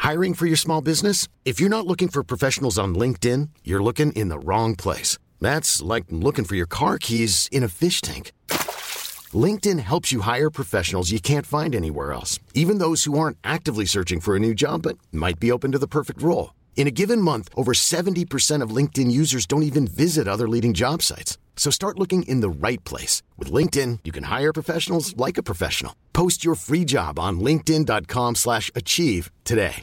Hiring for your small business? If you're not looking for professionals on LinkedIn, you're looking in the wrong place. That's like looking for your car keys in a fish tank. LinkedIn helps you hire professionals you can't find anywhere else, even those who aren't actively searching for a new job but might be open to the perfect role. In a given month, over 70% of LinkedIn users don't even visit other leading job sites. So start looking in the right place. With LinkedIn, you can hire professionals like a professional. Post your free job on linkedin.com/achieve today.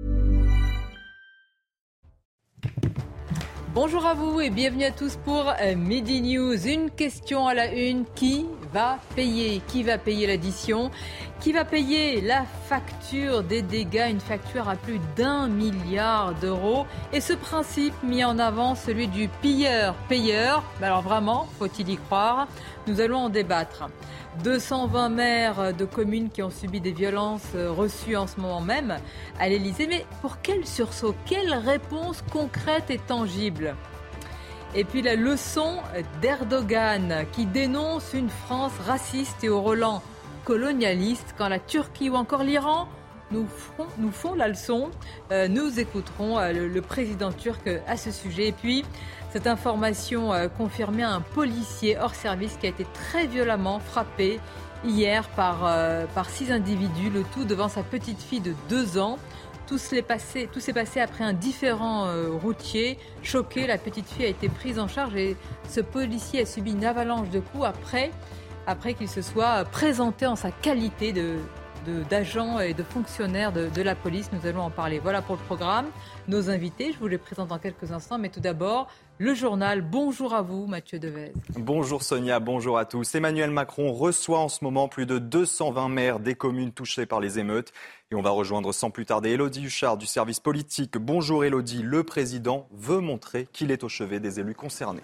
Bonjour à vous et bienvenue à tous pour Midi News. Une question à la une, qui va payer ? Qui va payer l'addition ? Qui va payer la facture des dégâts ? Une facture à plus d'1 milliard d'euros. Et ce principe mis en avant, celui du pilleur-payeur. Alors vraiment, faut-il y croire ? Nous allons en débattre. 220 maires de communes qui ont subi des violences reçues en ce moment même à l'Elysée. Mais pour quel sursaut ? Quelle réponse concrète et tangible ? Et puis la leçon d'Erdogan qui dénonce une France raciste et au relent colonialiste quand la Turquie ou encore l'Iran nous font la leçon. Nous écouterons le président turc à ce sujet. Et puis cette information confirmée à un policier hors service qui a été très violemment frappé hier par 6 individus, le tout devant sa petite fille de 2 ans. Tout s'est passé après un différend routier. Choquée, la petite fille a été prise en charge et ce policier a subi une avalanche de coups après qu'il se soit présenté en sa qualité d'agent et de fonctionnaire de la police. Nous allons en parler. Voilà pour le programme. Nos invités, je vous les présente dans quelques instants, mais tout d'abord, le journal. Bonjour à vous, Mathieu Devez. Bonjour Sonia, bonjour à tous. Emmanuel Macron reçoit en ce moment plus de 220 maires des communes touchées par les émeutes. Et on va rejoindre sans plus tarder Élodie Huchard du service politique. Bonjour Élodie, le président veut montrer qu'il est au chevet des élus concernés.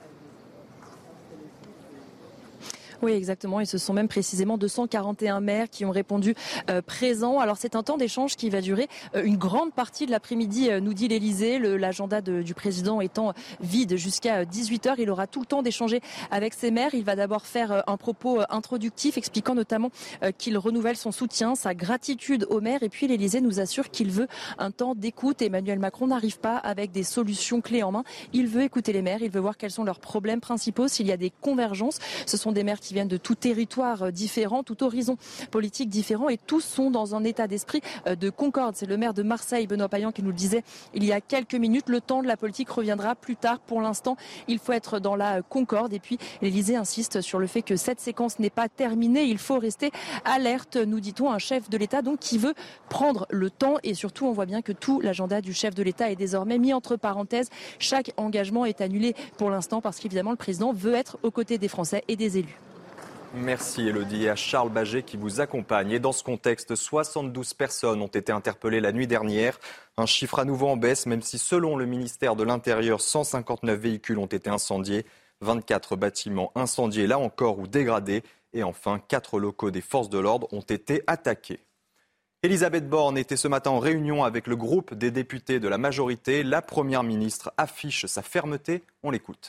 Oui, exactement. Et ce sont même précisément 241 maires qui ont répondu présents. Alors c'est un temps d'échange qui va durer une grande partie de l'après-midi, nous dit l'Elysée. L'agenda du président étant vide jusqu'à 18h. Il aura tout le temps d'échanger avec ses maires. Il va d'abord faire un propos introductif expliquant notamment qu'il renouvelle son soutien, sa gratitude aux maires. Et puis l'Elysée nous assure qu'il veut un temps d'écoute. Emmanuel Macron n'arrive pas avec des solutions clés en main. Il veut écouter les maires. Il veut voir quels sont leurs problèmes principaux, s'il y a des convergences. Ce sont des maires qui viennent de tout territoire différent, tout horizon politique différent et tous sont dans un état d'esprit de concorde. C'est le maire de Marseille, Benoît Payan, qui nous le disait il y a quelques minutes. Le temps de la politique reviendra plus tard. Pour l'instant, il faut être dans la concorde. Et puis l'Élysée insiste sur le fait que cette séquence n'est pas terminée. Il faut rester alerte, nous dit-on, un chef de l'État donc qui veut prendre le temps. Et surtout, on voit bien que tout l'agenda du chef de l'État est désormais mis entre parenthèses. Chaque engagement est annulé pour l'instant parce qu'évidemment, le président veut être aux côtés des Français et des élus. Merci Élodie et à Charles Baget qui vous accompagne. Et dans ce contexte, 72 personnes ont été interpellées la nuit dernière. Un chiffre à nouveau en baisse, même si selon le ministère de l'Intérieur, 159 véhicules ont été incendiés, 24 bâtiments incendiés là encore ou dégradés. Et enfin, 4 locaux des forces de l'ordre ont été attaqués. Elisabeth Borne était ce matin en réunion avec le groupe des députés de la majorité. La Première ministre affiche sa fermeté. On l'écoute.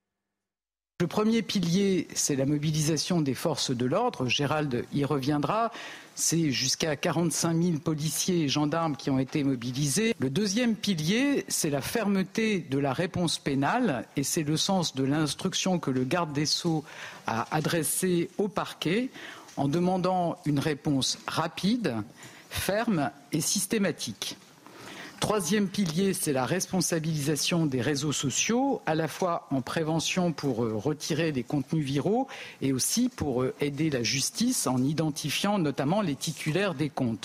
Le premier pilier, c'est la mobilisation des forces de l'ordre. Gérald y reviendra. C'est jusqu'à 45 000 policiers et gendarmes qui ont été mobilisés. Le deuxième pilier, c'est la fermeté de la réponse pénale. Et c'est le sens de l'instruction que le garde des Sceaux a adressée au parquet en demandant une réponse rapide, ferme et systématique. Troisième pilier, c'est la responsabilisation des réseaux sociaux, à la fois en prévention pour retirer des contenus viraux et aussi pour aider la justice en identifiant notamment les titulaires des comptes.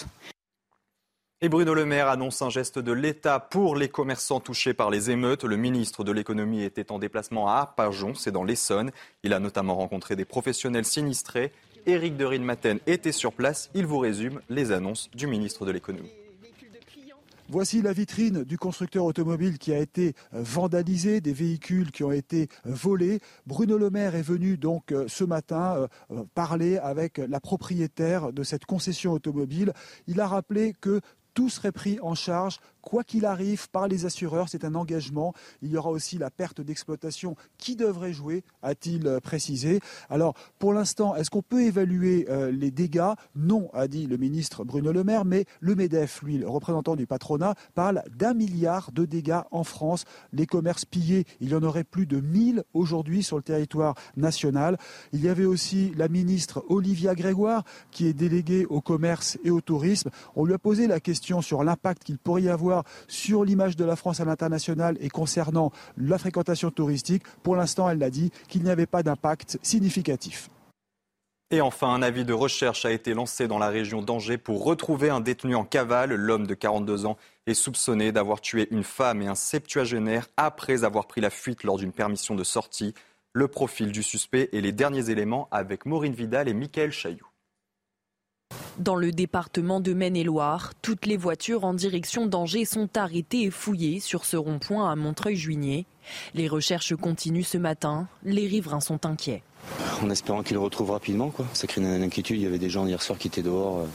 Et Bruno Le Maire annonce un geste de l'État pour les commerçants touchés par les émeutes. Le ministre de l'économie était en déplacement à Arpajon, c'est dans l'Essonne. Il a notamment rencontré des professionnels sinistrés. Éric de Rilmaten était sur place. Il vous résume les annonces du ministre de l'économie. Voici la vitrine du constructeur automobile qui a été vandalisée, des véhicules qui ont été volés. Bruno Le Maire est venu donc ce matin parler avec la propriétaire de cette concession automobile. Il a rappelé que tout serait pris en charge, quoi qu'il arrive, par les assureurs. C'est un engagement. Il y aura aussi la perte d'exploitation qui devrait jouer, a-t-il précisé. Alors, pour l'instant, est-ce qu'on peut évaluer les dégâts ? Non, a dit le ministre Bruno Le Maire, mais le MEDEF, lui, le représentant du patronat, parle d'1 milliard de dégâts en France. Les commerces pillés, il y en aurait plus de 1000 aujourd'hui sur le territoire national. Il y avait aussi la ministre Olivia Grégoire, qui est déléguée au commerce et au tourisme. On lui a posé la question sur l'impact qu'il pourrait y avoir sur l'image de la France à l'international et concernant la fréquentation touristique. Pour l'instant, elle a dit qu'il n'y avait pas d'impact significatif. Et enfin, un avis de recherche a été lancé dans la région d'Angers pour retrouver un détenu en cavale. L'homme de 42 ans est soupçonné d'avoir tué une femme et un septuagénaire après avoir pris la fuite lors d'une permission de sortie. Le profil du suspect et les derniers éléments avec Maureen Vidal et Mickaël Chailloux. Dans le département de Maine-et-Loire, toutes les voitures en direction d'Angers sont arrêtées et fouillées sur ce rond-point à Montreuil-Juigné. Les recherches continuent ce matin. Les riverains sont inquiets. En espérant qu'ils le retrouvent rapidement, quoi. Ça crée une inquiétude. Il y avait des gens hier soir qui étaient dehors,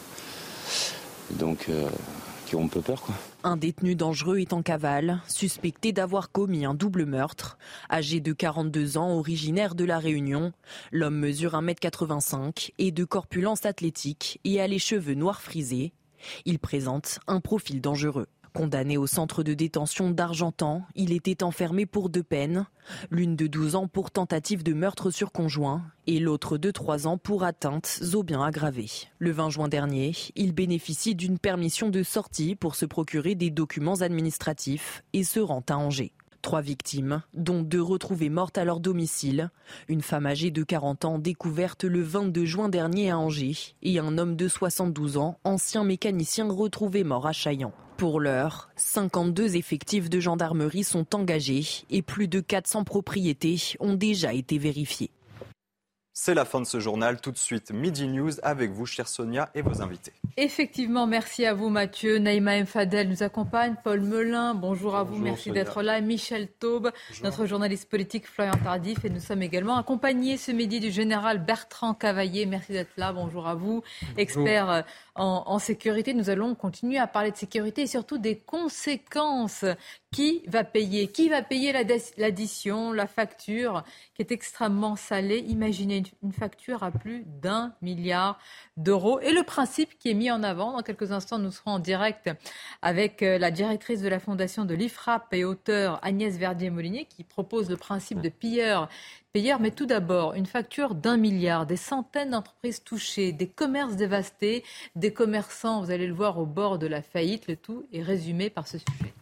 qui ont un peu peur, quoi. Un détenu dangereux est en cavale, suspecté d'avoir commis un double meurtre. Âgé de 42 ans, originaire de La Réunion, l'homme mesure 1m85 et de corpulence athlétique et a les cheveux noirs frisés. Il présente un profil dangereux. Condamné au centre de détention d'Argentan, il était enfermé pour 2 peines, l'une de 12 ans pour tentative de meurtre sur conjoint et l'autre de 3 ans pour atteintes aux biens aggravés. Le 20 juin dernier, il bénéficie d'une permission de sortie pour se procurer des documents administratifs et se rend à Angers. 3 victimes, dont 2 retrouvées mortes à leur domicile. Une femme âgée de 40 ans découverte le 22 juin dernier à Angers et un homme de 72 ans, ancien mécanicien retrouvé mort à Chaillan. Pour l'heure, 52 effectifs de gendarmerie sont engagés et plus de 400 propriétés ont déjà été vérifiées. C'est la fin de ce journal. Tout de suite, Midi News avec vous, chère Sonia, et vos invités. Effectivement, merci à vous Mathieu. Naïma M. Fadel nous accompagne. Paul Melun, bonjour à vous, merci Sonia. D'être là. Michel Taube, notre journaliste politique Florian Tardif. Et nous sommes également accompagnés ce midi du général Bertrand Cavaillé. Merci d'être là, bonjour à vous. Bonjour. Expert en sécurité, nous allons continuer à parler de sécurité et surtout des conséquences. Qui va payer l'addition, la facture qui est extrêmement salée? Imaginez une facture à plus d'1 milliard d'euros. Et le principe qui est mis en avant, dans quelques instants, nous serons en direct avec la directrice de la fondation de l'IFRAP et auteure Agnès Verdier-Molinier qui propose le principe de payeur. Mais tout d'abord, une facture d'1 milliard, des centaines d'entreprises touchées, des commerces dévastés, des commerçants, vous allez le voir, au bord de la faillite. Le tout est résumé par ce sujet.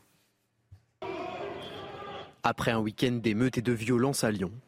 Après un week-end d'émeutes et de violence à Lyon,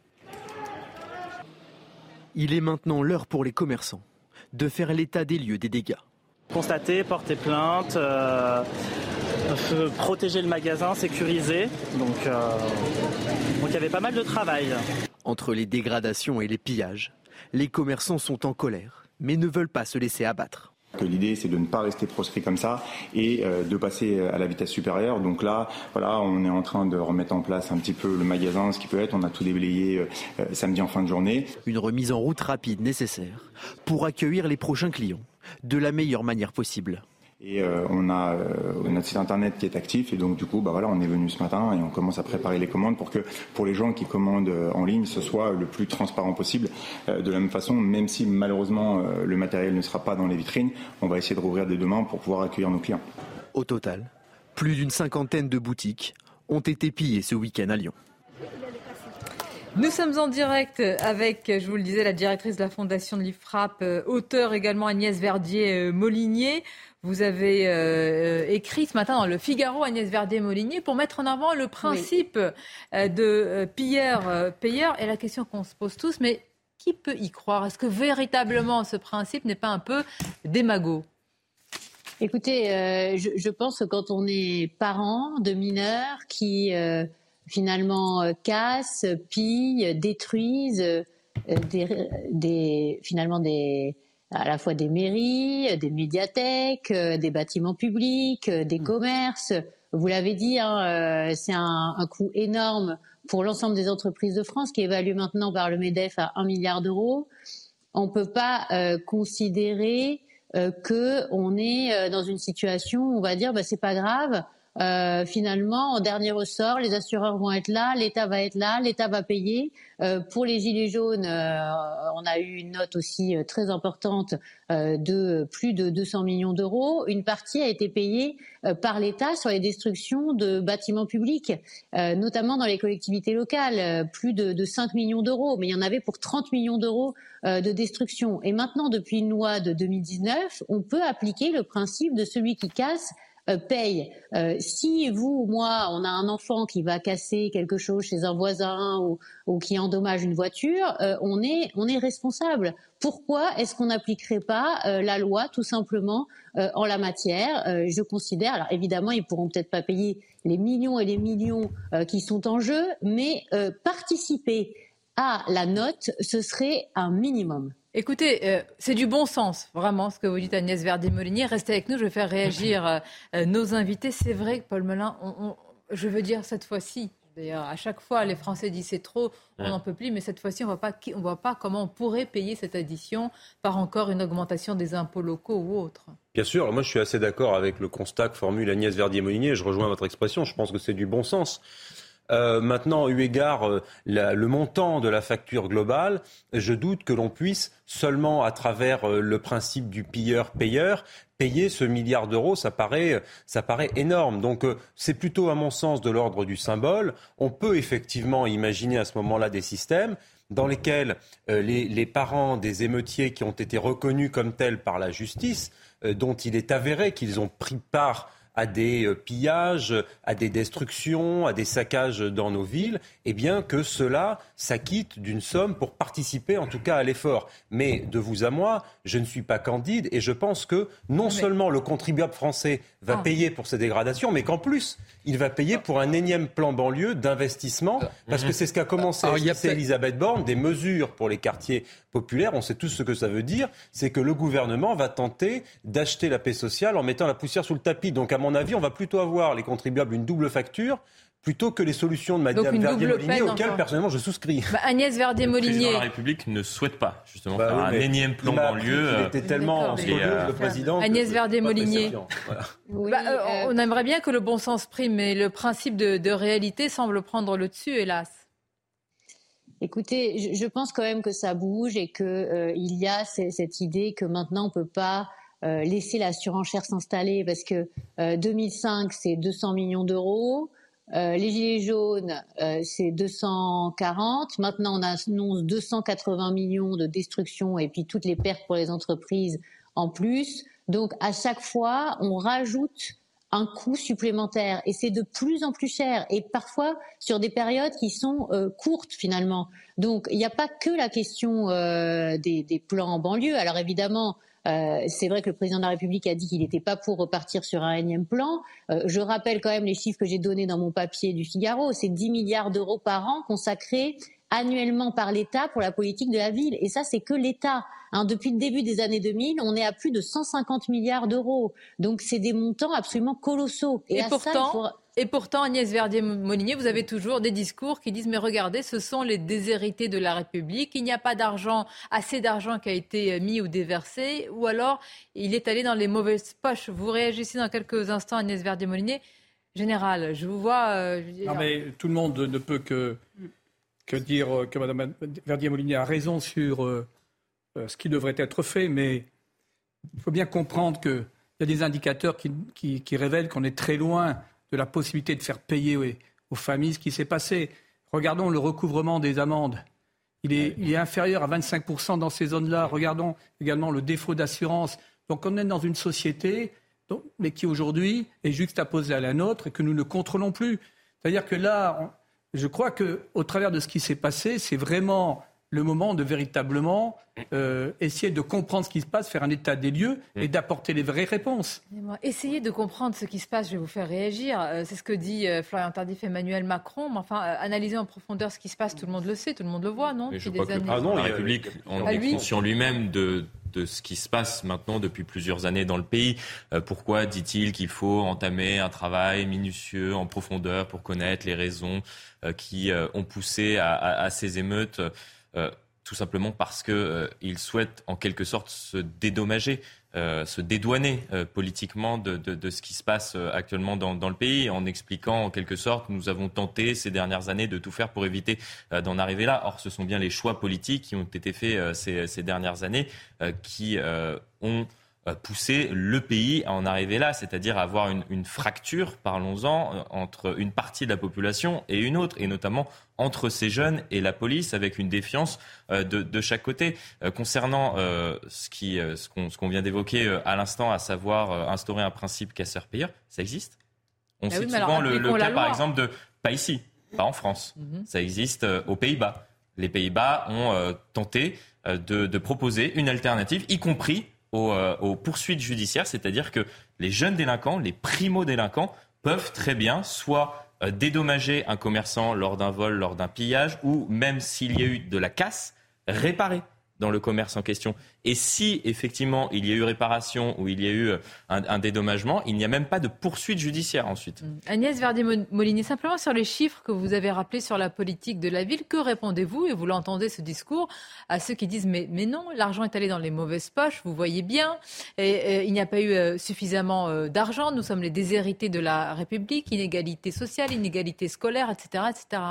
il est maintenant l'heure pour les commerçants de faire l'état des lieux des dégâts. Constater, porter plainte, protéger le magasin, sécuriser. Donc il y avait pas mal de travail. Entre les dégradations et les pillages, les commerçants sont en colère, mais ne veulent pas se laisser abattre. L'idée, c'est de ne pas rester proscrit comme ça et de passer à la vitesse supérieure. Donc là, voilà, on est en train de remettre en place un petit peu le magasin, ce qui peut être. On a tout déblayé samedi en fin de journée. Une remise en route rapide nécessaire pour accueillir les prochains clients de la meilleure manière possible. Et on a notre site internet qui est actif et donc du coup on est venu ce matin et on commence à préparer les commandes pour que pour les gens qui commandent en ligne ce soit le plus transparent possible. De la même façon, même si malheureusement le matériel ne sera pas dans les vitrines, on va essayer de rouvrir dès demain pour pouvoir accueillir nos clients. Au total, plus d'une 50aine de boutiques ont été pillées ce week-end à Lyon. Nous sommes en direct avec, je vous le disais, la directrice de la fondation de l'IFRAP, auteure également Agnès Verdier-Molinier. Vous avez écrit ce matin dans le Figaro, Agnès Verdier-Molinier, pour mettre en avant le principe de pilleur-payeur. Et la question qu'on se pose tous, mais qui peut y croire? Est-ce que véritablement ce principe n'est pas un peu démago? Écoutez, je pense que quand on est parent de mineurs qui finalement cassent, pillent, détruisent à la fois des mairies, des médiathèques, des bâtiments publics, des commerces. Vous l'avez dit, c'est un coût énorme pour l'ensemble des entreprises de France qui est évalué maintenant par le MEDEF à 1 milliard d'euros. On ne peut pas considérer que on est dans une situation où on va dire c'est pas grave. Finalement, en dernier ressort, les assureurs vont être là, l'État va être là, l'État va payer. Pour les gilets jaunes, on a eu une note aussi très importante de plus de 200 millions d'euros. Une partie a été payée par l'État sur les destructions de bâtiments publics, notamment dans les collectivités locales, plus de 5 millions d'euros. Mais il y en avait pour 30 millions d'euros de destruction. Et maintenant, depuis une loi de 2019, on peut appliquer le principe de celui qui casse paye. Si vous ou moi, on a un enfant qui va casser quelque chose chez un voisin ou qui endommage une voiture, on est responsable. Pourquoi est-ce qu'on n'appliquerait pas la loi tout simplement en la matière? Je considère, alors évidemment, ils pourront peut-être pas payer les millions et les millions qui sont en jeu, mais participer à la note, ce serait un minimum. Écoutez, c'est du bon sens, vraiment, ce que vous dites, Agnès Verdier-Molinier. Restez avec nous, je vais faire réagir nos invités. C'est vrai que Paul Melun, je veux dire cette fois-ci, d'ailleurs, à chaque fois, les Français disent c'est trop, on n'en peut plus, mais cette fois-ci, on ne voit pas comment on pourrait payer cette addition par encore une augmentation des impôts locaux ou autres. Bien sûr, alors moi je suis assez d'accord avec le constat que formule Agnès Verdier-Molinier, je rejoins votre expression, je pense que c'est du bon sens. Maintenant, eu égard le montant de la facture globale, je doute que l'on puisse seulement à travers le principe du pilleur-payeur payer ce milliard d'euros. Ça paraît énorme. Donc c'est plutôt à mon sens de l'ordre du symbole. On peut effectivement imaginer à ce moment-là des systèmes dans lesquels les parents des émeutiers qui ont été reconnus comme tels par la justice, dont il est avéré qu'ils ont pris part à des pillages, à des destructions, à des saccages dans nos villes, eh bien que cela s'acquitte d'une somme pour participer en tout cas à l'effort. Mais de vous à moi, je ne suis pas candide et je pense que non seulement le contribuable français va payer pour ces dégradations, mais qu'en plus, il va payer pour un énième plan banlieue d'investissement, parce que c'est ce qu'a commencé à expliquer Elisabeth Borne, des mesures pour les quartiers populaires. On sait tous ce que ça veut dire, c'est que le gouvernement va tenter d'acheter la paix sociale en mettant la poussière sous le tapis. Donc à mon avis, on va plutôt avoir les contribuables une double facture plutôt que les solutions de Madame Verdier-Molinier auxquelles personnellement je souscris. Agnès Verdier-Molinier. Le président de la République ne souhaite pas justement faire un énième plan banlieue. Il était tellement scandaleux, le président. Agnès Verdier-Molinier. Voilà. On aimerait bien que le bon sens prime, mais le principe de réalité semble prendre le dessus, hélas. Écoutez, je pense quand même que ça bouge et que il y a cette idée que maintenant on peut pas laisser la surenchère s'installer parce que 2005 c'est 200 millions d'euros. Les gilets jaunes, c'est 240. Maintenant, on annonce 280 millions de destruction et puis toutes les pertes pour les entreprises en plus. Donc, à chaque fois, on rajoute un coût supplémentaire et c'est de plus en plus cher et parfois sur des périodes qui sont courtes finalement. Donc, il n'y a pas que la question des plans en banlieue. Alors évidemment, c'est vrai que le président de la République a dit qu'il n'était pas pour repartir sur un énième plan. Je rappelle quand même les chiffres que j'ai donnés dans mon papier du Figaro. C'est 10 milliards d'euros par an consacrés annuellement par l'État pour la politique de la ville. Et ça, c'est que l'État. Depuis le début des années 2000, on est à plus de 150 milliards d'euros. Donc, c'est des montants absolument colossaux. Et pourtant, Agnès Verdier-Molinier, vous avez toujours des discours qui disent « Mais regardez, ce sont les déshérités de la République. Il n'y a pas assez d'argent qui a été mis ou déversé. Ou alors, il est allé dans les mauvaises poches. » Vous réagissez dans quelques instants, Agnès Verdier-Molinier. Général, je vous vois... Non, mais tout le monde ne peut que dire que Mme Verdier-Molinier a raison sur ce qui devrait être fait. Mais il faut bien comprendre qu'il y a des indicateurs qui révèlent qu'on est très loin de la possibilité de faire payer aux familles ce qui s'est passé. Regardons le recouvrement des amendes. Il est inférieur à 25% dans ces zones-là. Regardons également le défaut d'assurance. Donc on est dans une société mais qui aujourd'hui est juxtaposée à la nôtre et que nous ne contrôlons plus. C'est-à-dire que là, je crois qu'au travers de ce qui s'est passé, c'est vraiment le moment de véritablement essayer de comprendre ce qui se passe, faire un état des lieux et d'apporter les vraies réponses. Essayez de comprendre ce qui se passe, je vais vous faire réagir. C'est ce que dit Florian Tardif, Emmanuel Macron. Mais enfin, analyser en profondeur ce qui se passe, tout le monde le sait, tout le monde le voit, non? Je crois que le président de la République en est conscient lui-même de ce qui se passe maintenant depuis plusieurs années dans le pays. Pourquoi dit-il qu'il faut entamer un travail minutieux, en profondeur, pour connaître les raisons qui ont poussé à ces émeutes tout simplement parce qu'il souhaite en quelque sorte se dédommager se dédouaner politiquement de ce qui se passe actuellement dans le pays, en expliquant en quelque sorte nous avons tenté ces dernières années de tout faire pour éviter d'en arriver là. Or, ce sont bien les choix politiques qui ont été faits ces dernières années qui ont poussé le pays à en arriver là, c'est-à-dire à avoir une fracture, parlons-en, entre une partie de la population et une autre, et notamment entre ces jeunes et la police, avec une défiance de chaque côté. Concernant ce qu'on vient d'évoquer à l'instant, à savoir instaurer un principe casseur-payeur, ça existe. On cite souvent le cas, par exemple, pas ici, pas en France. Ça existe aux Pays-Bas. Les Pays-Bas ont tenté de proposer une alternative, y compris aux poursuites judiciaires, c'est-à-dire que les jeunes délinquants, les primo-délinquants, peuvent très bien soit dédommager un commerçant lors d'un vol, lors d'un pillage, ou même s'il y a eu de la casse, réparer dans le commerce en question. Et si, effectivement, il y a eu réparation ou il y a eu un dédommagement, il n'y a même pas de poursuite judiciaire ensuite. Agnès Verdier-Molinier, simplement sur les chiffres que vous avez rappelés sur la politique de la ville, que répondez-vous, et vous l'entendez ce discours, à ceux qui disent mais non, l'argent est allé dans les mauvaises poches, vous voyez bien, et il n'y a pas eu suffisamment d'argent, nous sommes les déshérités de la République, inégalité sociale, inégalité scolaire, etc. etc.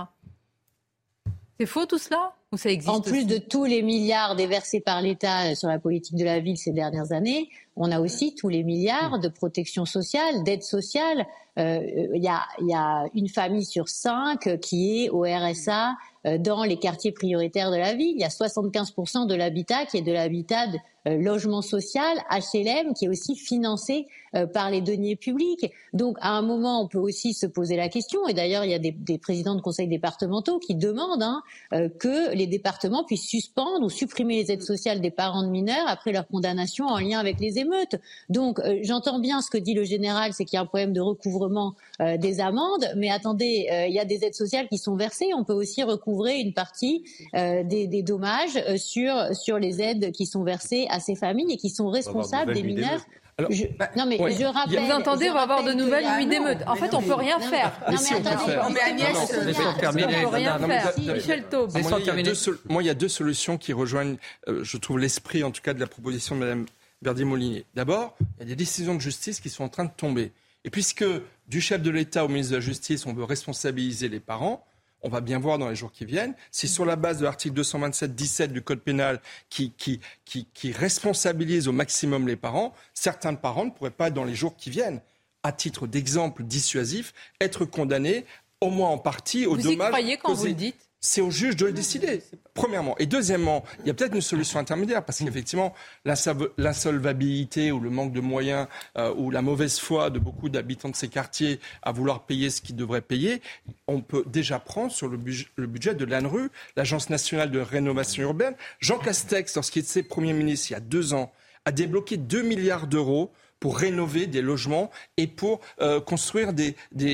C'est faux tout cela ? Ou ça existe En plus aussi de tous les milliards déversés par l'État sur la politique de la ville ces dernières années, on a aussi tous les milliards de protection sociale, d'aide sociale. Il y a une famille sur 5 qui est au RSA dans les quartiers prioritaires de la ville. Il y a 75% de l'habitat qui est de l'habitat de logement social, HLM, qui est aussi financé par les deniers publics. Donc, à un moment, on peut aussi se poser la question, et d'ailleurs, il y a des présidents de conseils départementaux qui demandent que les départements puissent suspendre ou supprimer les aides sociales des parents de mineurs après leur condamnation en lien avec les émeutes. Donc, j'entends bien ce que dit le général, c'est qu'il y a un problème de recouvrement des amendes, mais attendez, il y a des aides sociales qui sont versées, on peut aussi recouvrer une partie des dommages sur les aides qui sont versées à ces familles et qui sont responsables des mineurs. Je rappelle. Vous entendez, on va avoir de nouvelles nuits d'émeutes. En fait, on peut rien faire. Non, mais attendez. On peut rien faire. Michel Taube. Moi, il y a deux solutions qui rejoignent, je trouve, l'esprit, en tout cas, de la proposition de Mme Verdier-Molinier. D'abord, il y a des décisions de justice qui sont en train de tomber. Et puisque du chef de l'État au ministre de la Justice, on veut responsabiliser les parents, on va bien voir dans les jours qui viennent, si sur la base de l'article 227-17 du Code pénal qui responsabilise au maximum les parents, certains parents ne pourraient pas, dans les jours qui viennent, à titre d'exemple dissuasif, être condamnés, au moins en partie, aux dommages. Vous y croyez quand vous le dites ? C'est au juge de le décider, premièrement. Et deuxièmement, il y a peut-être une solution intermédiaire, parce qu'effectivement, l'insolvabilité ou le manque de moyens ou la mauvaise foi de beaucoup d'habitants de ces quartiers à vouloir payer ce qu'ils devraient payer, on peut déjà prendre sur le budget de l'ANRU, l'Agence nationale de rénovation urbaine. Jean Castex, lorsqu'il était Premier ministre il y a 2 ans, a débloqué 2 milliards d'euros pour rénover des logements et pour construire des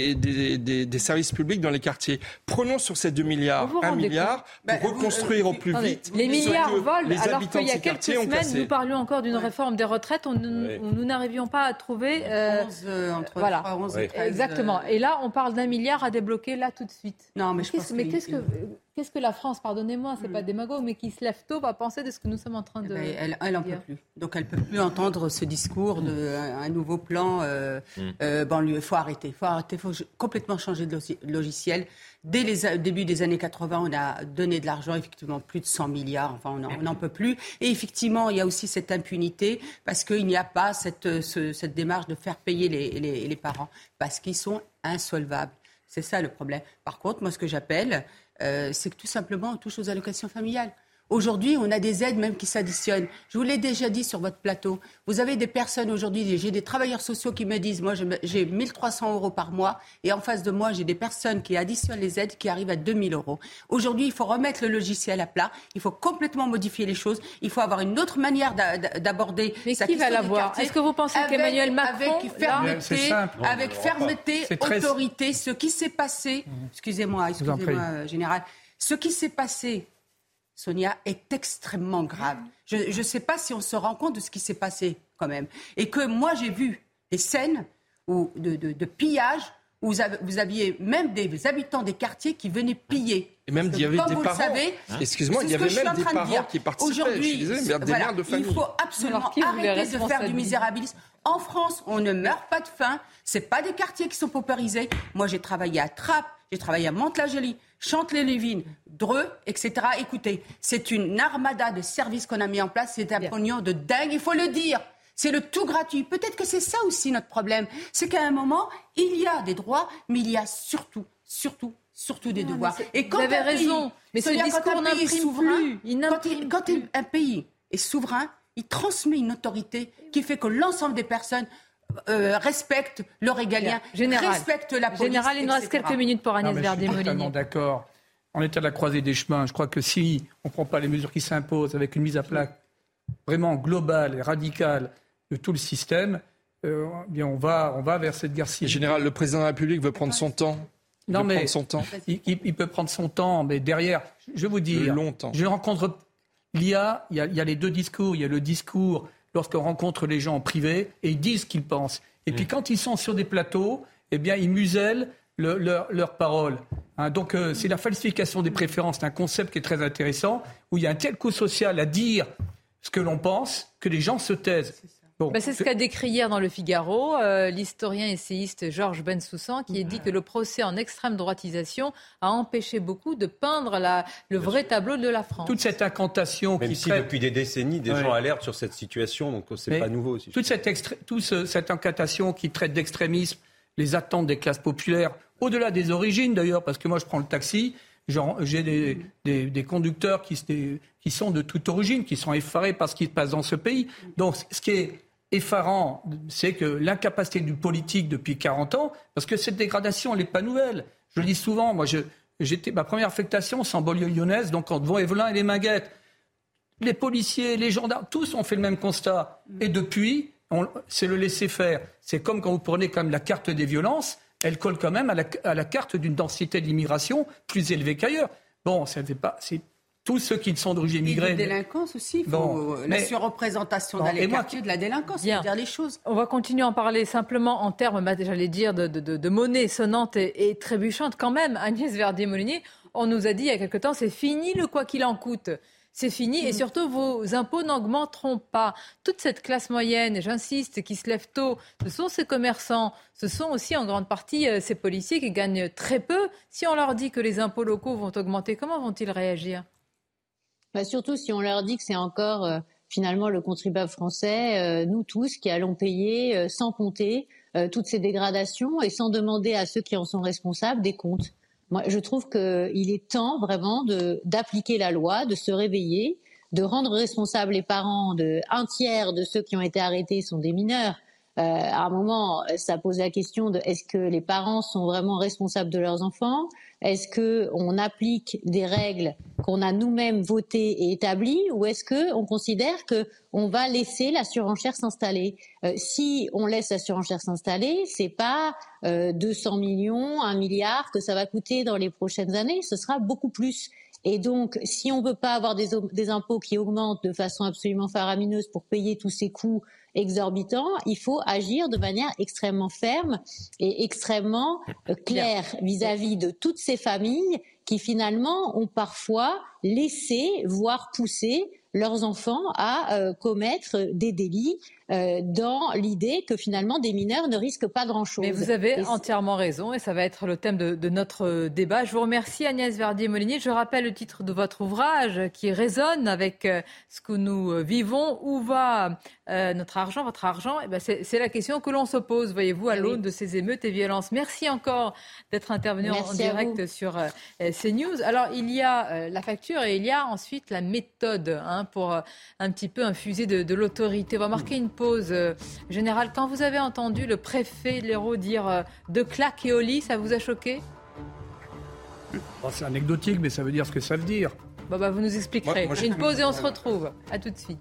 services publics dans les quartiers. Prenons sur ces 2 milliards 1 milliard pour reconstruire au plus vite. Les milliards volent, les alors habitants qu'il y a de ces quelques quartiers ont semaines, cassé. nous parlions encore d'une réforme des retraites, nous n'arrivions pas à trouver... Entre 11 et 13, exactement. Et là, on parle d'1 milliard à débloquer là tout de suite. Non, mais qu'est-ce que la France, pardonnez-moi, c'est pas démagogue, mais qui se lève tôt va penser de ce que nous sommes en train de elle en peut plus. Donc elle peut plus entendre ce discours d'un nouveau plan banlieue. Il faut arrêter, il faut complètement changer de logiciel. Dès le début des années 80, on a donné de l'argent, effectivement, plus de 100 milliards, enfin on n'en peut plus. Et effectivement, il y a aussi cette impunité, parce qu'il n'y a pas cette démarche de faire payer les parents, parce qu'ils sont insolvables. C'est ça le problème. Par contre, moi ce que j'appelle... c'est que tout simplement, on touche aux allocations familiales. Aujourd'hui, on a des aides même qui s'additionnent. Je vous l'ai déjà dit sur votre plateau. Vous avez des personnes aujourd'hui, j'ai des travailleurs sociaux qui me disent, moi j'ai 1 300 € par mois, et en face de moi, j'ai des personnes qui additionnent les aides qui arrivent à 2 000 €. Aujourd'hui, il faut remettre le logiciel à plat, il faut complètement modifier les choses, il faut avoir une autre manière d'aborder. Mais qui va l'avoir ? Est-ce que vous pensez qu'Emmanuel Macron... Avec fermeté, autorité, ce qui s'est passé... Excusez-moi, Général. Ce qui s'est passé... Sonia, est extrêmement grave. Je ne sais pas si on se rend compte de ce qui s'est passé quand même. Et que moi, j'ai vu des scènes de pillage vous aviez même des habitants des quartiers qui venaient piller. Et même, il y avait des parents. Excuse-moi, il y avait même des parents qui participaient. Aujourd'hui, des mères de famille. Il faut absolument arrêter de faire du misérabilisme. En France, on ne meurt pas de faim. C'est pas des quartiers qui sont paupérisés. Moi, j'ai travaillé à Trappes, j'ai travaillé à Mantes-la-Jolie, Chantelet-les-Vignes, Dreux, etc. Écoutez, c'est une armada de services qu'on a mis en place. C'est un pognon de dingue, il faut le dire. C'est le tout gratuit. Peut-être que c'est ça aussi notre problème. C'est qu'à un moment, il y a des droits, mais il y a surtout des devoirs. Et quand vous avez raison, mais ce discours n'imprime plus. Quand un pays est souverain, il transmet une autorité qui fait que l'ensemble des personnes respectent le régalien, respectent la police, Général, il nous reste quelques minutes pour Agnès Verdier-Molinier. Je suis totalement d'accord. On est à la croisée des chemins. Je crois que si on ne prend pas les mesures qui s'imposent avec une mise à plat vraiment globale et radicale de tout le système, bien on va vers cette guerre civile. Général, le président de la République veut prendre son temps. Il peut prendre son temps, mais derrière, je vais vous dire, je rencontre. Il y a les deux discours. Il y a le discours lorsqu'on rencontre les gens en privé et ils disent ce qu'ils pensent. Et puis quand ils sont sur des plateaux, eh bien ils musellent leurs paroles. Donc c'est la falsification des préférences, c'est un concept qui est très intéressant, où il y a un tel coût social à dire ce que l'on pense que les gens se taisent. Bon, c'est ce qu'a décrit hier dans Le Figaro l'historien essayiste Georges Bensoussan, qui a dit que le procès en extrême droitisation a empêché beaucoup de peindre le vrai tableau de la France. Toute cette incantation même qui si depuis des décennies, des gens alertent sur cette situation, donc c'est pas nouveau. Si cette incantation qui traite d'extrémisme les attentes des classes populaires, au-delà des origines d'ailleurs, parce que moi je prends le taxi, j'ai des conducteurs qui sont de toute origine, qui sont effarés par ce qui se passe dans ce pays. Donc ce qui est effarant, c'est que l'incapacité du politique depuis 40 ans, parce que cette dégradation, elle n'est pas nouvelle. Je le dis souvent, moi, ma première affectation, c'est en banlieue lyonnaise, donc entre Vaux-Evelin et les Minguettes. Les policiers, les gendarmes, tous ont fait le même constat. Et depuis, c'est le laisser-faire. C'est comme quand vous prenez quand même la carte des violences, elle colle quand même à la carte d'une densité de l'immigration plus élevée qu'ailleurs. Bon, ça ne fait pas... Tous ceux qui sont d'origine immigrée. Et de délinquance aussi. Il faut la surreprésentation dans les quartiers de la délinquance. Il faut dire les choses. On va continuer à en parler simplement en termes, j'allais dire, de monnaie sonnante et trébuchante quand même. Agnès Verdier-Molinier, on nous a dit il y a quelque temps, c'est fini le quoi qu'il en coûte. C'est fini et surtout vos impôts n'augmenteront pas. Toute cette classe moyenne, et j'insiste, qui se lève tôt, ce sont ces commerçants, ce sont aussi en grande partie ces policiers qui gagnent très peu. Si on leur dit que les impôts locaux vont augmenter, comment vont-ils réagir ? Surtout si on leur dit que c'est encore finalement le contribuable français, nous tous, qui allons payer sans compter toutes ces dégradations et sans demander à ceux qui en sont responsables des comptes. Moi, je trouve qu'il est temps vraiment d'appliquer la loi, de se réveiller, de rendre responsables les parents un tiers de ceux qui ont été arrêtés sont des mineurs. À un moment, ça pose la question de est-ce que les parents sont vraiment responsables de leurs enfants ? Est-ce qu'on applique des règles qu'on a nous-mêmes votées et établies ou est-ce qu'on considère qu'on va laisser la surenchère s'installer ? Si on laisse la surenchère s'installer, c'est pas 200 millions, 1 milliard que ça va coûter dans les prochaines années, ce sera beaucoup plus. Et donc, si on ne veut pas avoir des impôts qui augmentent de façon absolument faramineuse pour payer tous ces coûts exorbitants, il faut agir de manière extrêmement ferme et extrêmement claire vis-à-vis de toutes ces familles qui finalement ont parfois laissé, voire poussé leurs enfants à commettre des délits dans l'idée que finalement des mineurs ne risquent pas grand-chose. Mais vous avez entièrement raison et ça va être le thème de notre débat. Je vous remercie Agnès Verdier-Molinier. Je rappelle le titre de votre ouvrage qui résonne avec ce que nous vivons. Où va notre argent, votre argent ? C'est la question que l'on se pose, voyez-vous, à l'aune de ces émeutes et violences. Merci encore d'être intervenu en direct sur CNews. Alors, il y a la facture et il y a ensuite la méthode pour un petit peu infuser de l'autorité. On va marquer une pause. Général, quand vous avez entendu le préfet de l'Hérault dire de claques et au lit, ça vous a choqué ? C'est anecdotique, mais ça veut dire ce que ça veut dire. Vous nous expliquerez. Une pause et on se retrouve. À tout de suite.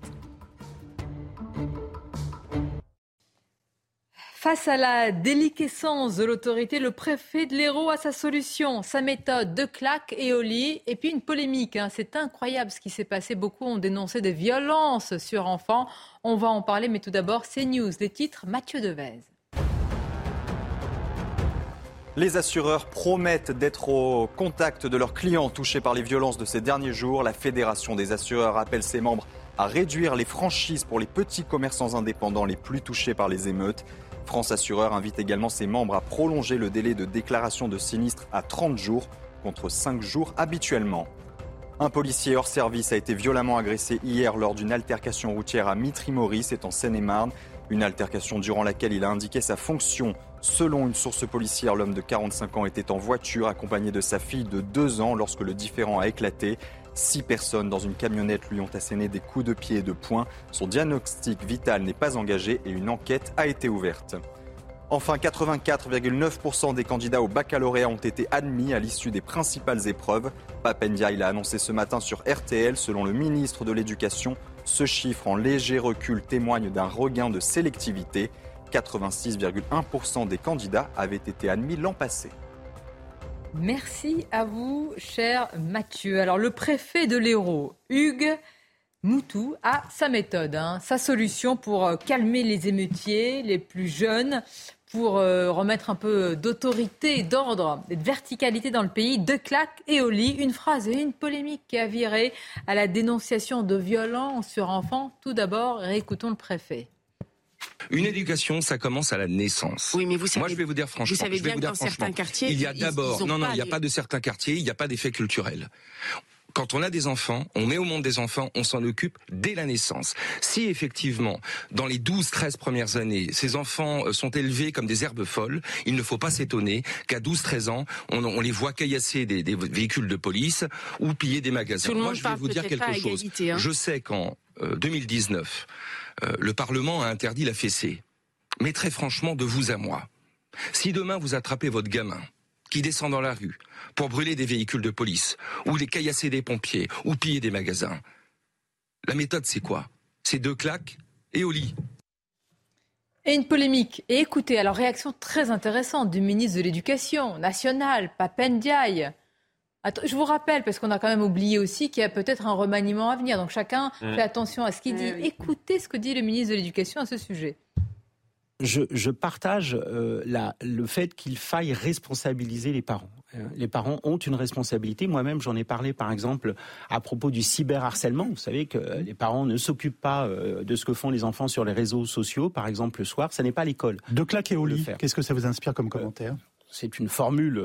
Face à la déliquescence de l'autorité, le préfet de l'Hérault a sa solution, sa méthode de claques et au lit. Et puis une polémique, c'est incroyable ce qui s'est passé. Beaucoup ont dénoncé des violences sur enfants. On va en parler, mais tout d'abord, CNews, les titres, Mathieu Devez. Les assureurs promettent d'être au contact de leurs clients touchés par les violences de ces derniers jours. La Fédération des assureurs appelle ses membres à réduire les franchises pour les petits commerçants indépendants les plus touchés par les émeutes. France Assureurs invite également ses membres à prolonger le délai de déclaration de sinistre à 30 jours contre 5 jours habituellement. Un policier hors service a été violemment agressé hier lors d'une altercation routière à Mitry-Mory, c'est en Seine-et-Marne. Une altercation durant laquelle il a indiqué sa fonction. Selon une source policière, l'homme de 45 ans était en voiture accompagné de sa fille de 2 ans lorsque le différend a éclaté. 6 personnes dans une camionnette lui ont asséné des coups de pied et de poing. Son diagnostic vital n'est pas engagé et une enquête a été ouverte. Enfin, 84,9% des candidats au baccalauréat ont été admis à l'issue des principales épreuves. Pap Ndiaye l'a annoncé ce matin sur RTL. Selon le ministre de l'Éducation, ce chiffre en léger recul témoigne d'un regain de sélectivité. 86,1% des candidats avaient été admis l'an passé. Merci à vous, cher Mathieu. Alors, le préfet de l'Hérault, Hugues Moutou, a sa méthode, sa solution pour calmer les émeutiers, les plus jeunes, pour remettre un peu d'autorité, d'ordre et de verticalité dans le pays. 2 claques et au lit, une phrase et une polémique qui a viré à la dénonciation de violences sur enfants. Tout d'abord, réécoutons le préfet. Une éducation, ça commence à la naissance. Oui, mais vous savez, moi, je vais vous dire franchement. Vous savez bien que dans certains quartiers, il y a d'abord, il n'y a pas de certains quartiers, il n'y a pas d'effet culturel. Quand on a des enfants, on met au monde des enfants, on s'en occupe dès la naissance. Si effectivement, dans les 12-13 premières années, ces enfants sont élevés comme des herbes folles, il ne faut pas s'étonner qu'à 12-13 ans, on les voit caillasser des véhicules de police ou piller des magasins. Moi, je vais vous dire quelque chose. Je sais qu'en 2019, le Parlement a interdit la fessée. Mais très franchement, de vous à moi, si demain vous attrapez votre gamin qui descend dans la rue pour brûler des véhicules de police, ou les caillasser des pompiers, ou piller des magasins, la méthode c'est quoi ? C'est 2 claques et au lit. Et une polémique. Et écoutez, alors réaction très intéressante du ministre de l'Éducation nationale, Pap Ndiaye. Je vous rappelle, parce qu'on a quand même oublié aussi qu'il y a peut-être un remaniement à venir. Donc chacun fait attention à ce qu'il dit. Oui. Écoutez ce que dit le ministre de l'Éducation à ce sujet. Je partage le fait qu'il faille responsabiliser les parents. Les parents ont une responsabilité. Moi-même, j'en ai parlé, par exemple, à propos du cyberharcèlement. Vous savez que les parents ne s'occupent pas de ce que font les enfants sur les réseaux sociaux, par exemple, le soir. Ça n'est pas l'école. 2 claques et au lit. Qu'est-ce que ça vous inspire comme commentaire ? C'est une formule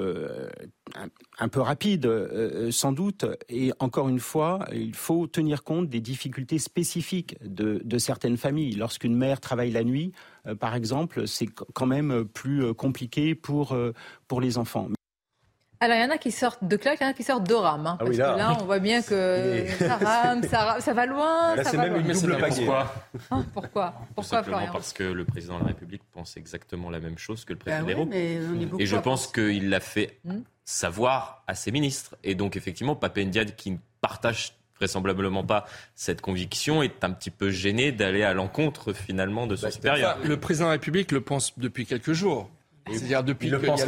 un peu rapide, sans doute. Et encore une fois, il faut tenir compte des difficultés spécifiques de certaines familles. Lorsqu'une mère travaille la nuit, par exemple, c'est quand même plus compliqué pour les enfants. Alors, il y en a qui sortent de claques, il y en a qui sortent d'orame. Parce que là, on voit bien que ça rame, ça va loin. Là, ça c'est va même loin. une double pagaie. Pourquoi Tout simplement Florian ? parce que le président de la République pense exactement la même chose que le préfet de l'Hérault. Et je pense qu'il l'a fait savoir à ses ministres. Et donc, effectivement, Pap Ndiaye, qui ne partage vraisemblablement pas cette conviction, est un petit peu gêné d'aller à l'encontre, finalement, de son supérieur. Le président de la République le pense depuis quelques jours. C'est-à-dire depuis qu'il y a le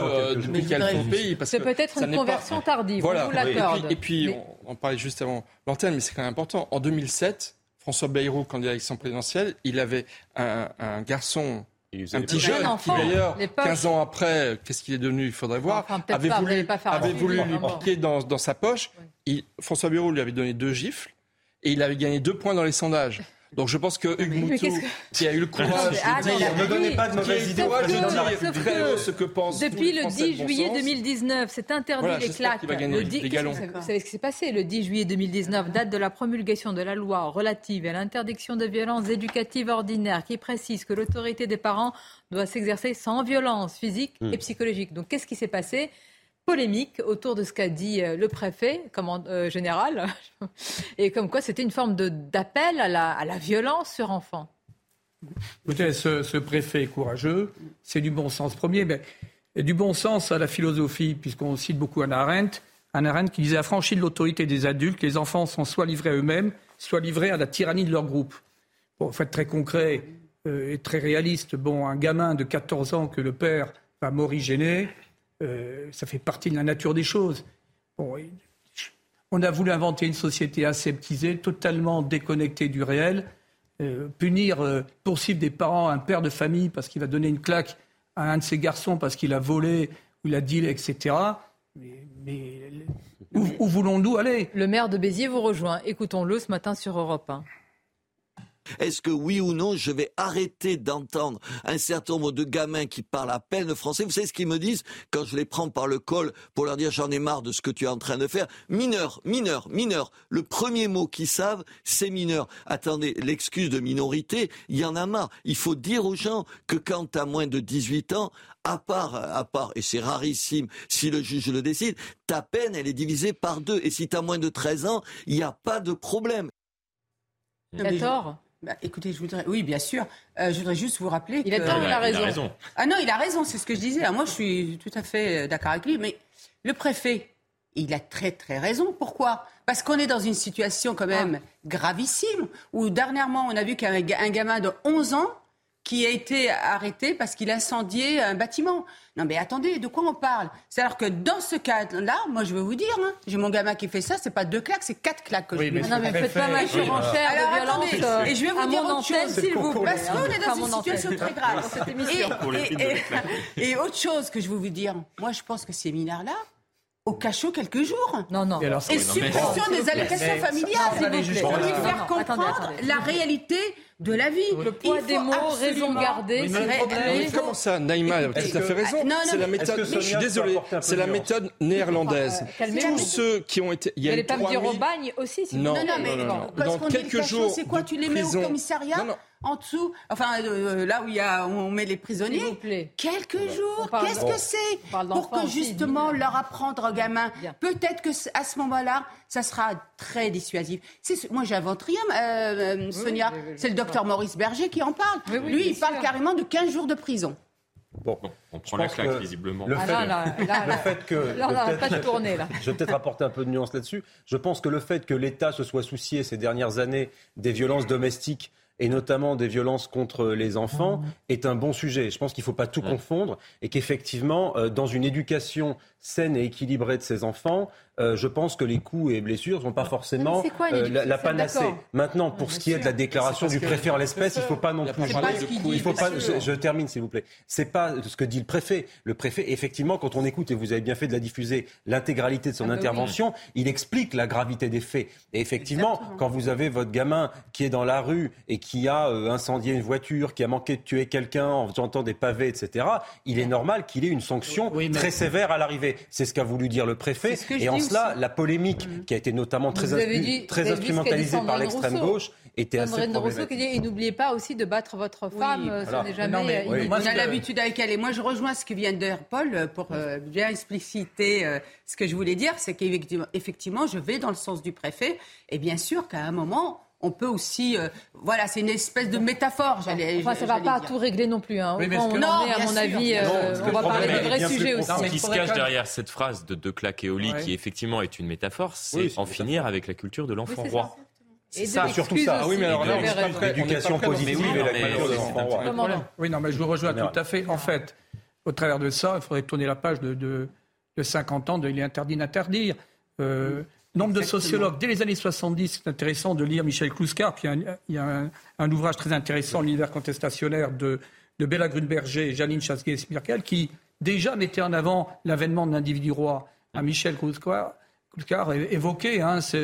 feu pays. C'est peut-être une conversion tardive, voilà. On vous l'accorde. Et puis on parlait juste avant l'antenne, mais c'est quand même important. En 2007, François Bayrou, candidat à l'élection présidentielle, il avait un garçon, un petit jeune, qui d'ailleurs, 15 ans après, qu'est-ce qu'il est devenu, il faudrait voir, avait voulu lui piquer dans sa poche. François Bayrou lui avait donné 2 gifles et il avait gagné 2 points dans les sondages. Donc je pense que Hugues Moutou, qui a eu le courage de dire, ne donnez pas de mauvaises idées au président de la République. Ce que pense depuis le 10 juillet 2019, c'est interdit les claques. Vous savez ce qui s'est passé ? Le 10 juillet 2019, date de la promulgation de la loi relative à l'interdiction de violences éducatives ordinaires, qui précise que l'autorité des parents doit s'exercer sans violence physique et psychologique. Donc qu'est-ce qui s'est passé ? Polémique autour de ce qu'a dit le préfet général, et comme quoi c'était une forme d'appel à la violence sur enfants. Écoutez, ce préfet est courageux, c'est du bon sens premier, mais du bon sens à la philosophie, puisqu'on cite beaucoup Hannah Arendt qui disait « Affranchis de l'autorité des adultes, les enfants sont soit livrés à eux-mêmes, soit livrés à la tyrannie de leur groupe ». Bon, en fait, très concret et très réaliste, un gamin de 14 ans que le père va morigéner, ça fait partie de la nature des choses. On a voulu inventer une société aseptisée, totalement déconnectée du réel. Poursuivre des parents, un père de famille, parce qu'il va donner une claque à un de ses garçons parce qu'il a volé il a dit, etc. Mais où voulons-nous aller ? Le maire de Béziers vous rejoint. Écoutons-le ce matin sur Europe 1. Est-ce que oui ou non, je vais arrêter d'entendre un certain nombre de gamins qui parlent à peine français ? Vous savez ce qu'ils me disent quand je les prends par le col pour leur dire j'en ai marre de ce que tu es en train de faire ? Mineur. Le premier mot qu'ils savent, c'est mineur. Attendez, l'excuse de minorité, il y en a marre. Il faut dire aux gens que quand tu as moins de 18 ans, à part, et c'est rarissime si le juge le décide, ta peine, elle est divisée par 2. Et si tu as moins de 13 ans, il n'y a pas de problème. Il a tort. Écoutez, oui, bien sûr. Je voudrais juste vous rappeler il a tort, il a raison. Ah non, il a raison, c'est ce que je disais. Alors moi, je suis tout à fait d'accord avec lui, mais le préfet, il a très, très raison. Pourquoi ? Parce qu'on est dans une situation quand même gravissime, où dernièrement, on a vu qu'un gamin de 11 ans qui a été arrêté parce qu'il a incendié un bâtiment. Non mais attendez, de quoi on parle ? C'est-à-dire que dans ce cas-là, moi je veux vous dire, j'ai mon gamin qui fait ça, c'est pas 2 claques, c'est 4 claques que je lui mets. Non mais faites pas ma surenchère de violence. Attendez, et je vais vous dire autre chose, s'il vous plaît. Parce qu'on est dans une situation très grave. Cette émission. Et autre chose que je veux vous dire, moi je pense que ces mineurs-là, au cachot quelques jours. Non. Et suppression des allocations familiales. Pour lui faire comprendre la réalité de la vie. Le poids des mots, raison gardée. Comment ça, Naïma a tout à fait raison. C'est la méthode, je suis désolé, c'est la méthode néerlandaise. Tous ceux qui ont été... Vous n'allez pas me dire au bagne aussi, si non, mais dans quelques jours, c'est quoi, tu les mets au commissariat en dessous, enfin là où on met les prisonniers, s'il vous plaît. Quelques jours, qu'est-ce que c'est pour que justement leur apprendre aux gamins. Peut-être que à ce moment-là, ça sera très dissuasif. Moi, j'invente rien, Sonia. C'est le docteur Maurice Berger qui en parle. Lui, il parle carrément de 15 jours de prison. Bon, on prend la claque visiblement. Le fait que là, on n'arrête pas de tourner là. Je vais peut-être apporter un peu de nuance là-dessus. Je pense que le fait que l'État se soit soucié ces dernières années des violences domestiques et notamment des violences contre les enfants, est un bon sujet. Je pense qu'il ne faut pas tout confondre et qu'effectivement, dans une éducation saine et équilibrée de ces enfants, je pense que les coups et blessures ne sont pas forcément la panacée. Maintenant, pour ce qui est de la déclaration du préfet en l'espèce, il ne faut pas non plus jouer. Je termine, s'il vous plaît. C'est pas ce que dit le préfet. Le préfet, effectivement, quand on écoute, et vous avez bien fait de la diffuser, l'intégralité de son intervention, il explique la gravité des faits. Et effectivement, quand vous avez votre gamin qui est dans la rue et qui a incendié une voiture, qui a manqué de tuer quelqu'un en jetant des pavés, etc., il est normal qu'il ait une sanction très sévère à l'arrivée. C'est ce qu'a voulu dire le préfet. Et en cela, la polémique qui a été notamment très instrumentalisée par l'extrême gauche était assez problématique. Qui dit, et n'oubliez pas aussi de battre votre femme, ça n'est jamais... On a l'habitude avec elle. Et moi, je rejoins ce que vient de dire Paul pour bien expliciter ce que je voulais dire. C'est qu'effectivement, je vais dans le sens du préfet. Et bien sûr qu'à un moment... On peut aussi, c'est une espèce de métaphore. Ça ne va pas tout régler non plus. À mon avis, on va parler de vrais sujets aussi. Ce qui se cache derrière cette phrase de claques et au lit, qui effectivement est une métaphore, c'est en finir avec la culture de l'enfant roi. C'est ça, surtout ça. Oui, mais alors là, l'éducation positive et la culture de l'enfant roi. Oui, non, mais je vous rejoins tout à fait. En fait, au travers de ça, il faudrait tourner la page de 50 ans de Il est interdit d'interdire. Nombre de sociologues, dès les années 70, c'est intéressant de lire Michel Kluskar, puis il y a un ouvrage très intéressant, L'univers contestataire de Bella Grunberger et Janine Chatzky-Smirkel, qui déjà mettait en avant l'avènement de l'individu roi. Michel Kluskar évoquait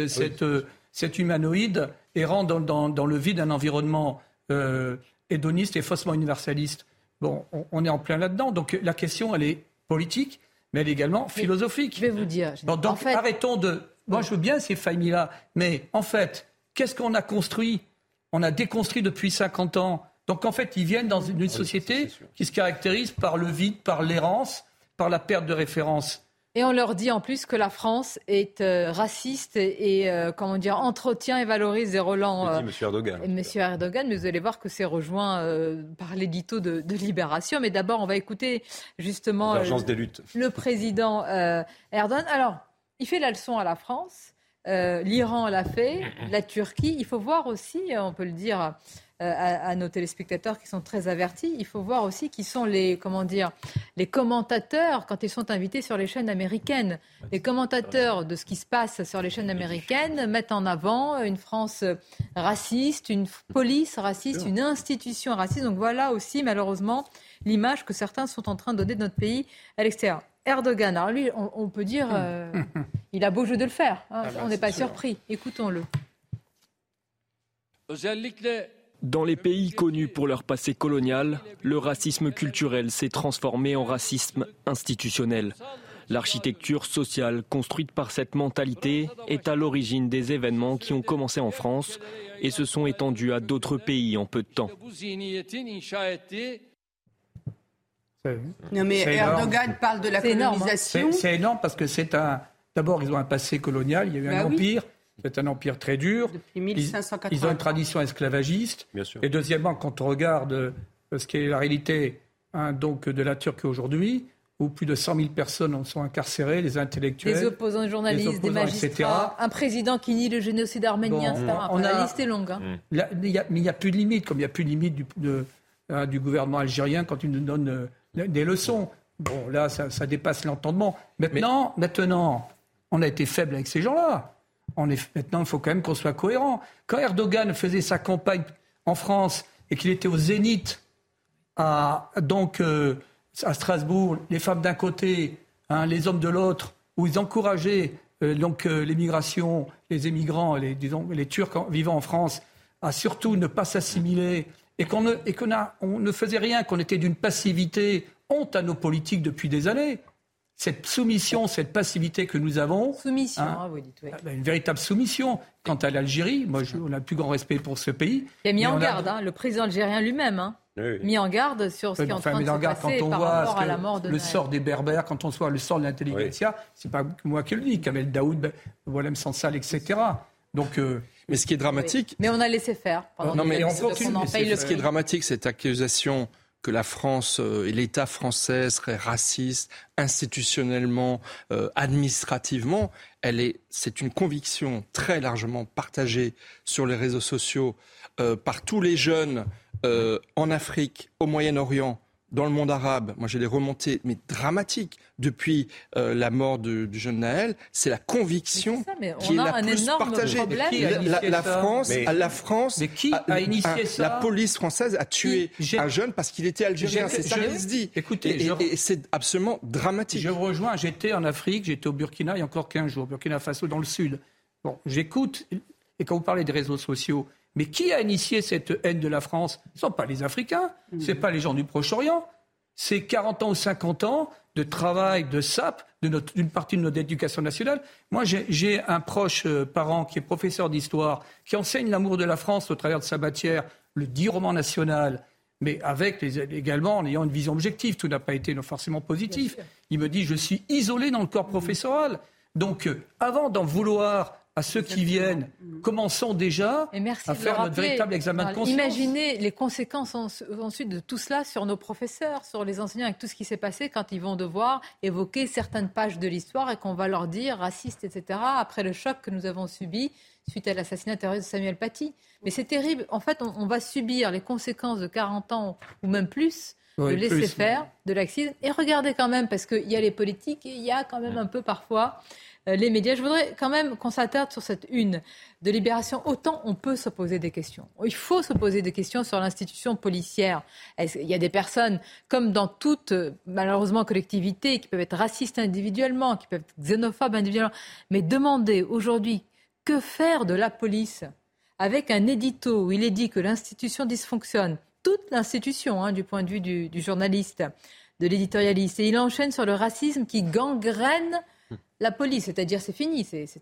cet humanoïde errant dans le vide d'un environnement hédoniste et faussement universaliste. Bon, on est en plein là-dedans, donc la question, elle est politique, mais elle est également philosophique. Je vais vous dire. Donc en fait, arrêtons de... Moi, je veux bien ces familles-là, mais en fait, qu'est-ce qu'on a construit ? On a déconstruit depuis 50 ans. Donc en fait, ils viennent dans une société qui se caractérise par le vide, par l'errance, par la perte de référence. Et on leur dit en plus que la France est raciste et entretient et valorise des relents. M. Erdogan. M. Erdogan, mais vous allez voir que c'est rejoint par l'édito de Libération. Mais d'abord, on va écouter justement le président Erdogan. Alors, il fait la leçon à la France, l'Iran l'a fait, la Turquie. Il faut voir aussi, on peut le dire à nos téléspectateurs qui sont très avertis, il faut voir aussi qui sont les commentateurs quand ils sont invités sur les chaînes américaines. Les commentateurs de ce qui se passe sur les chaînes américaines mettent en avant une France raciste, une police raciste, une institution raciste. Donc voilà aussi malheureusement l'image que certains sont en train de donner de notre pays à l'extérieur. Erdogan, alors lui, on peut dire, il a beau jeu de le faire. On n'est pas surpris. Écoutons-le. Dans les pays connus pour leur passé colonial, le racisme culturel s'est transformé en racisme institutionnel. L'architecture sociale construite par cette mentalité est à l'origine des événements qui ont commencé en France et se sont étendus à d'autres pays en peu de temps. Non mais Erdogan parle de la colonisation. C'est énorme parce que d'abord ils ont un passé colonial, il y a eu un empire, c'est un empire très dur. Depuis 1580. Ils ont une tradition esclavagiste. Et deuxièmement, quand on regarde ce qui est la réalité donc de la Turquie aujourd'hui, où plus de 100 000 personnes sont incarcérées, les intellectuels, des opposants, des journalistes, des magistrats, etc. Un président qui nie le génocide arménien, etc. La liste est longue. Mais il n'y a plus de limite, comme il n'y a plus de limite du gouvernement algérien quand il nous donne des leçons. Bon, là, ça dépasse l'entendement. Maintenant, on a été faible avec ces gens-là. Maintenant, il faut quand même qu'on soit cohérent. Quand Erdogan faisait sa campagne en France et qu'il était au Zénith, à Strasbourg, les femmes d'un côté, les hommes de l'autre, où ils encourageaient l'émigration, les émigrants, les Turcs vivant en France, à surtout ne pas s'assimiler, et qu'on ne faisait rien, qu'on était d'une passivité, honte à nos politiques depuis des années. Cette soumission, cette passivité que nous avons... Soumission, vous dites, oui. Une véritable soumission. Quant à l'Algérie, on a le plus grand respect pour ce pays. Il a mis en garde, le président algérien lui-même, mis en garde sur ce qui est en train de se passer par rapport à la mort de le sort des Berbères, quand on voit le sort de l'intelligentsia, c'est pas moi qui le dis, Kamel Daoud, Boualem Sansal, etc. Donc... Mais ce qui est dramatique... Mais on a laissé faire. Ce qui est dramatique, cette accusation que la France et l'État français seraient racistes, institutionnellement, administrativement, c'est une conviction très largement partagée sur les réseaux sociaux par tous les jeunes en Afrique, au Moyen-Orient, dans le monde arabe. Moi, j'ai des remontées dramatiques depuis la mort du jeune Naël. C'est la conviction qui est la plus partagée. La France, mais qui a initié ça ? La police française a tué un jeune parce qu'il était algérien. C'est ça qui se dit. Écoutez, et c'est absolument dramatique. Je rejoins. J'étais en Afrique, j'étais au Burkina il y a encore 15 jours, Burkina Faso dans le sud. Bon, j'écoute. Et quand vous parlez des réseaux sociaux, mais qui a initié cette haine de la France ? Ce ne sont pas les Africains, ce n'est pas les gens du Proche-Orient. C'est 40 ans ou 50 ans de travail, de sape, d'une partie de notre éducation nationale. Moi, j'ai un proche parent qui est professeur d'histoire, qui enseigne l'amour de la France au travers de sa matière, le dit roman national, mais également en ayant une vision objective. Tout n'a pas été forcément positif. Il me dit, je suis isolé dans le corps professoral. Donc, avant d'en vouloir à ceux qui viennent, commençons déjà à faire notre véritable examen de conscience. Imaginez les conséquences ensuite de tout cela sur nos professeurs, sur les enseignants, avec tout ce qui s'est passé quand ils vont devoir évoquer certaines pages de l'histoire et qu'on va leur dire racistes, etc., après le choc que nous avons subi suite à l'assassinat terroriste de Samuel Paty. Mais c'est terrible. En fait, on va subir les conséquences de 40 ans ou même plus de laisser faire, de laxisme. Et regardez quand même, parce qu'il y a les politiques et il y a quand même un peu parfois... les médias. Je voudrais quand même qu'on s'attarde sur cette une de Libération. Autant on peut se poser des questions. Il faut se poser des questions sur l'institution policière. Il y a des personnes, comme dans toute, malheureusement, collectivité, qui peuvent être racistes individuellement, qui peuvent être xénophobes individuellement. Mais demandez aujourd'hui, que faire de la police ? Avec un édito où il est dit que l'institution dysfonctionne, toute l'institution, du point de vue du journaliste, de l'éditorialiste. Et il enchaîne sur le racisme qui gangrène la police, c'est-à-dire c'est fini,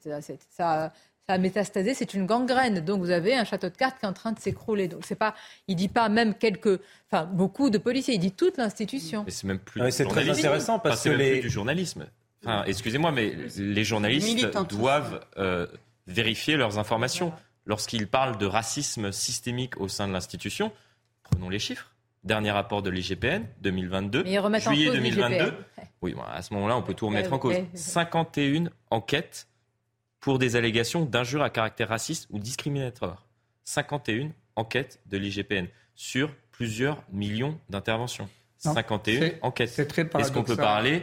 ça a métastasé, c'est une gangrène. Donc vous avez un château de cartes qui est en train de s'écrouler. Donc c'est pas, il dit pas même beaucoup de policiers, il dit toute l'institution. Mais c'est même plus. C'est très intéressant parce que c'est plus du journalisme. Excusez-moi, mais les journalistes doivent vérifier leurs informations. Lorsqu'ils parlent de racisme systémique au sein de l'institution, prenons les chiffres. Dernier rapport de l'IGPN, 2022, juillet 2022. Oui, à ce moment-là, on peut tout remettre en cause. 51 enquêtes pour des allégations d'injures à caractère raciste ou discriminatoire. 51 enquêtes de l'IGPN sur plusieurs millions d'interventions. 51 enquêtes. C'est très paradoxal. Est-ce qu'on peut parler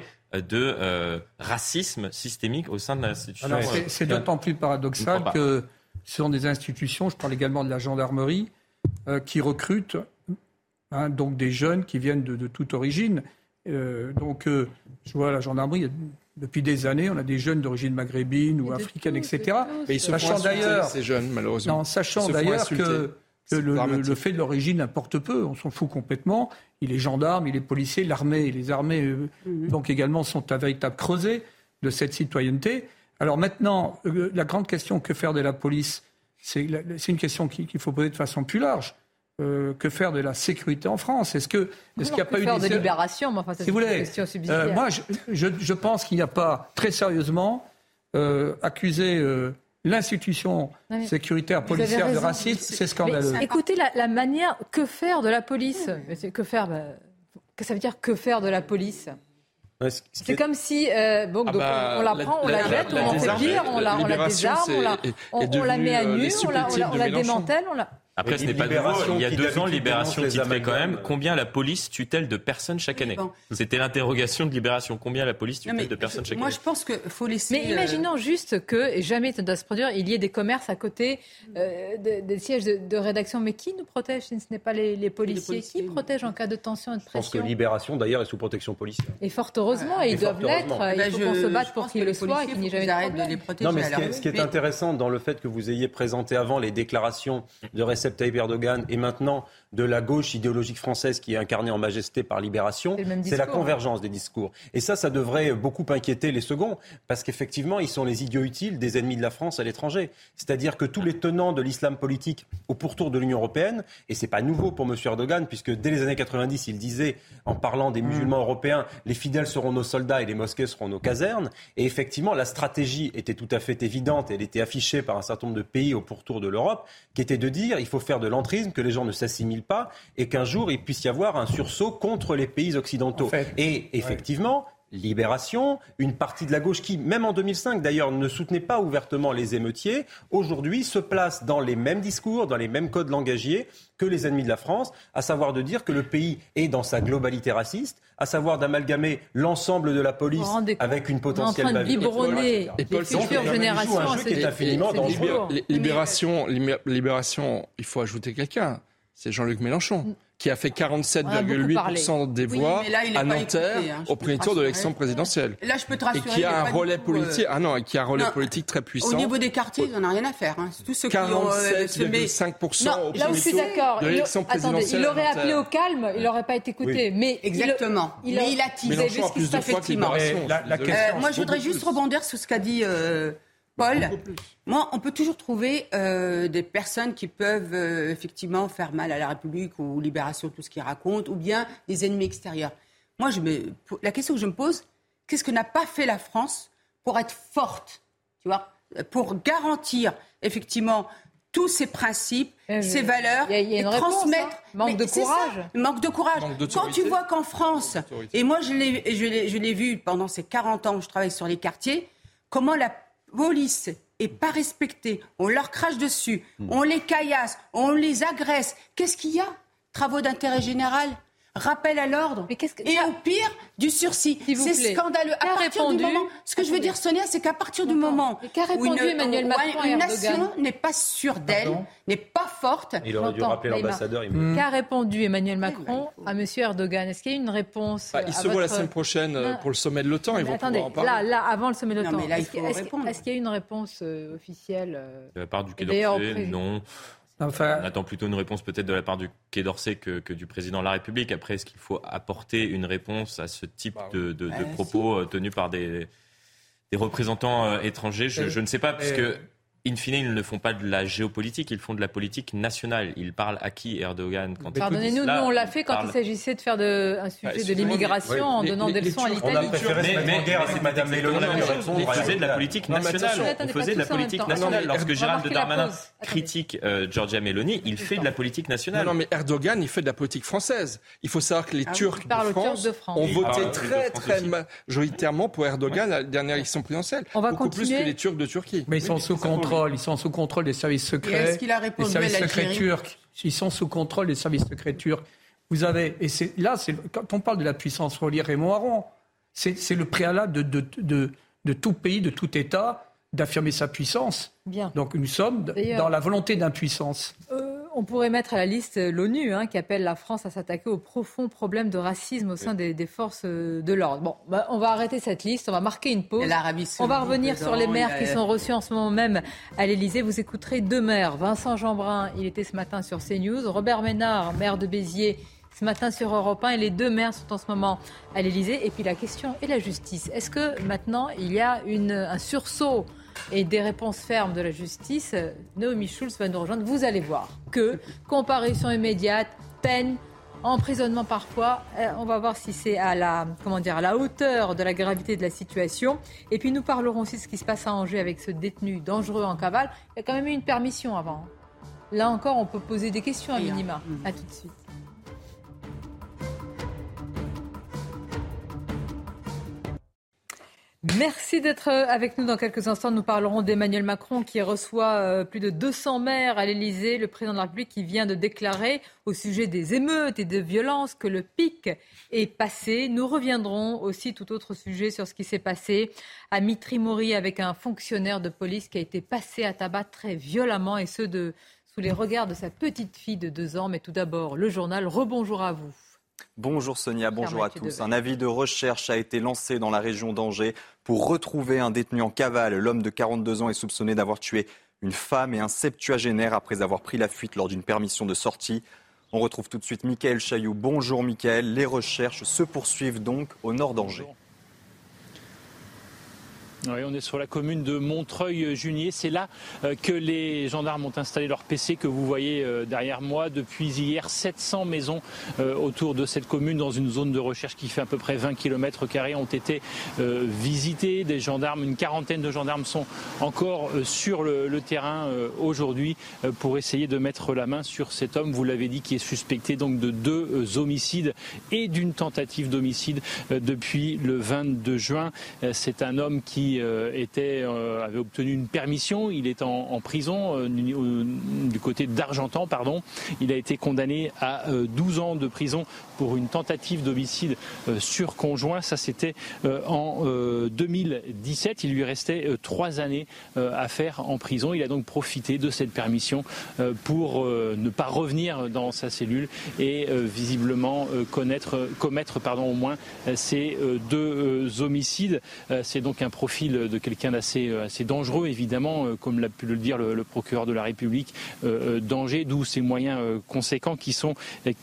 de racisme systémique au sein de l'institution ? C'est d'autant plus paradoxal que ce sont des institutions, je parle également de la gendarmerie, qui recrutent donc des jeunes qui viennent de toute origine. Donc, je vois la gendarmerie, depuis des années, on a des jeunes d'origine maghrébine ou africaine, etc. Mais ils se font insulter, ces jeunes, malheureusement. Sachant d'ailleurs que le fait de l'origine importe peu, on s'en fout complètement. Il est gendarme, il est policier, les armées donc également sont un véritable creuset de cette citoyenneté. Alors maintenant, la grande question, que faire de la police, c'est une question qu'il faut poser de façon plus large. Que faire de la sécurité en France ? Est-ce qu'il n'y a pas eu de libération, mais enfin, c'est une question subsidiaire. Moi, je pense qu'il n'y a pas, très sérieusement, accusé l'institution sécuritaire policière de racisme, c'est scandaleux. Mais écoutez, la manière, que faire de la police ? Que faire, que ça veut dire que faire de la police ? C'est comme si on la prend, on la jette, on en fait pire, on la désarme, on la met à nu, on la démantèle, Après, ce n'est pas nouveau. Il y a 2 ans, Libération titrait quand même combien la police tutelle de personnes chaque année. C'était l'interrogation de Libération. Combien la police tutelle de personnes chaque année. Moi, je pense qu'il faut laisser... Mais imaginons juste que, et jamais ça ne doit se produire, il y ait des commerces à côté des sièges de rédaction. Mais qui nous protège si ce n'est pas les policiers ? Qui protège en cas de tension et de pression ? Je pense que Libération, d'ailleurs, est sous protection policière. Et fort heureusement, ils doivent l'être. Il faut qu'on se batte pour qu'ils le soient et qu'il n'y ait jamais de problème. Non, mais ce qui est intéressant dans le fait que vous ayez présenté avant les déclarations de Recep Tayyip Erdogan et maintenant de la gauche idéologique française qui est incarnée en majesté par Libération, c'est la convergence des discours. Et ça devrait beaucoup inquiéter les seconds, parce qu'effectivement, ils sont les idiots utiles des ennemis de la France à l'étranger. C'est-à-dire que tous les tenants de l'islam politique au pourtour de l'Union européenne, et c'est pas nouveau pour M. Erdogan, puisque dès les années 90, il disait, en parlant des musulmans européens, les fidèles seront nos soldats et les mosquées seront nos casernes. Et effectivement, la stratégie était tout à fait évidente, elle était affichée par un certain nombre de pays au pourtour de l'Europe, qui était de dire, il faut faire de l'entrisme, que les gens ne s'assimilent pas et qu'un jour il puisse y avoir un sursaut contre les pays occidentaux. Et effectivement, Libération, une partie de la gauche qui, même en 2005 d'ailleurs, ne soutenait pas ouvertement les émeutiers, aujourd'hui se place dans les mêmes discours, dans les mêmes codes langagiers que les ennemis de la France, à savoir de dire que le pays est dans sa globalité raciste, à savoir d'amalgamer l'ensemble de la police avec une potentielle bavure. En train de biberonner les futures générations. Un jeu qui est infiniment dangereux. Libération, il faut ajouter quelqu'un. C'est Jean-Luc Mélenchon, qui a fait 47,8% des voix à Nanterre au premier tour de l'élection présidentielle. Là, je peux te rassurer. Et qui a un relais politique, qui a un relais politique très puissant. Au niveau des quartiers, ils n'en ont rien à faire. C'est tous ceux qui ont 47,5% au là où je suis d'accord. de l'élection présidentielle. Il aurait appelé au calme, il n'aurait pas été écouté. Oui. Mais exactement. Mais il a teasé ce qui se passe effectivement. Moi, je voudrais juste rebondir sur ce qu'a dit Paul. Moi, on peut toujours trouver des personnes qui peuvent effectivement faire mal à la République ou Libération, tout ce qu'ils racontent, ou bien des ennemis extérieurs. Moi, la question que je me pose, qu'est-ce que n'a pas fait la France pour être forte, tu vois, pour garantir effectivement tous ces principes, ces valeurs, et transmettre. Manque de courage. Manque de courage. Quand tu vois qu'en France, et moi je l'ai vu pendant ces 40 ans où je travaille sur les quartiers, comment la police est pas respectée, on leur crache dessus, on les caillasse, on les agresse. Qu'est-ce qu'il y a ? Travaux d'intérêt général, rappel à l'ordre, et au pire, du sursis. C'est scandaleux. À partir du moment, ce que je veux dire, Sonia, c'est qu'à partir du moment où Emmanuel Macron une nation n'est pas sûre d'elle, n'est pas forte... Il aurait dû rappeler l'ambassadeur. Qu'a répondu Emmanuel Macron à M. Erdogan ? Est-ce qu'il y a une réponse Il se voit la semaine prochaine pour le sommet de l'OTAN. Ils vont pouvoir en parler. Là, avant le sommet de l'OTAN, est-ce qu'il y a une réponse officielle de la part du Quai d'Orsay ? Non. On attend plutôt une réponse peut-être de la part du Quai d'Orsay que du président de la République. Après, est-ce qu'il faut apporter une réponse à ce type de propos tenus par des représentants étrangers ? Je ne sais pas, puisque in fine, ils ne font pas de la géopolitique, ils font de la politique nationale. Ils parlent à qui, Erdogan, quand Pardonnez-nous, nous on l'a fait quand il s'agissait de faire un sujet de l'immigration en donnant des leçons à l'Italie. On a préféré se mettre en guerre avec Mme Mélanie. On faisait de la politique nationale. On faisait de la politique nationale. Lorsque Gérald Darmanin critique Giorgia Meloni, il fait de la politique nationale. Non, mais Erdogan, il fait de la politique française. Il faut savoir que les Turcs de France ont voté très majoritairement pour Erdogan à la dernière élection présidentielle. Beaucoup plus que les Turcs de Turquie. Mais ils sont sous contrôle. Ils sont sous contrôle des services secrets. Est-ce qu'il a répondu des services secrets turcs. Ils sont sous contrôle des services secrets turcs. Vous avez, quand on parle de la puissance, il faut lire Raymond Aron. C'est le préalable de tout pays, de tout État, d'affirmer sa puissance. Bien. Donc nous sommes dans la volonté d'impuissance. On pourrait mettre à la liste l'ONU qui appelle la France à s'attaquer au profond problème de racisme au sein des forces de l'ordre. Bon, on va arrêter cette liste, on va marquer une pause. On va revenir sur les maires qui sont reçus en ce moment même à l'Elysée. Vous écouterez 2 maires. Vincent Jeanbrun, il était ce matin sur CNews. Robert Ménard, maire de Béziers, ce matin sur Europe 1. Et les 2 maires sont en ce moment à l'Elysée. Et puis la question est la justice. Est-ce que maintenant il y a un sursaut et des réponses fermes de la justice? Noémie Schulz va nous rejoindre. Vous allez voir que comparution immédiate, peine, emprisonnement parfois. On va voir si c'est à la hauteur de la gravité de la situation. Et puis nous parlerons aussi de ce qui se passe à Angers avec ce détenu dangereux en cavale. Il y a quand même eu une permission avant. Là encore, on peut poser des questions à minima. À tout de suite. Merci d'être avec nous. Dans quelques instants, nous parlerons d'Emmanuel Macron qui reçoit plus de 200 maires à l'Elysée. Le président de la République qui vient de déclarer au sujet des émeutes et des violences que le pic est passé. Nous reviendrons aussi, tout autre sujet, sur ce qui s'est passé à Mitry-Mory avec un fonctionnaire de police qui a été passé à tabac très violemment et sous les regards de sa petite fille de 2 ans. Mais tout d'abord, le journal. Rebonjour à vous. Bonjour Sonia, bonjour à tous. Un avis de recherche a été lancé dans la région d'Angers pour retrouver un détenu en cavale. L'homme de 42 ans est soupçonné d'avoir tué une femme et un septuagénaire après avoir pris la fuite lors d'une permission de sortie. On retrouve tout de suite Mickaël Chailloux. Bonjour Mickaël, les recherches se poursuivent donc au nord d'Angers. Oui, on est sur la commune de Montreuil-Junier. C'est là que les gendarmes ont installé leur PC que vous voyez derrière moi. Depuis hier, 700 maisons autour de cette commune dans une zone de recherche qui fait à peu près 20 km² ont été visitées. Des gendarmes, une quarantaine de gendarmes sont encore sur le terrain aujourd'hui pour essayer de mettre la main sur cet homme, vous l'avez dit, qui est suspecté donc de 2 homicides et d'une tentative d'homicide depuis le 22 juin. C'est un homme qui avait obtenu une permission. Il est en prison du côté d'Argentan, Il a été condamné à 12 ans de prison pour une tentative d'homicide sur conjoint. Ça, c'était en 2017. Il lui restait 3 années à faire en prison. Il a donc profité de cette permission pour ne pas revenir dans sa cellule et visiblement commettre au moins ces 2 homicides. C'est donc un profil de quelqu'un d'assez dangereux, évidemment, comme l'a pu le dire le procureur de la République d'Angers, d'où ces moyens conséquents qui sont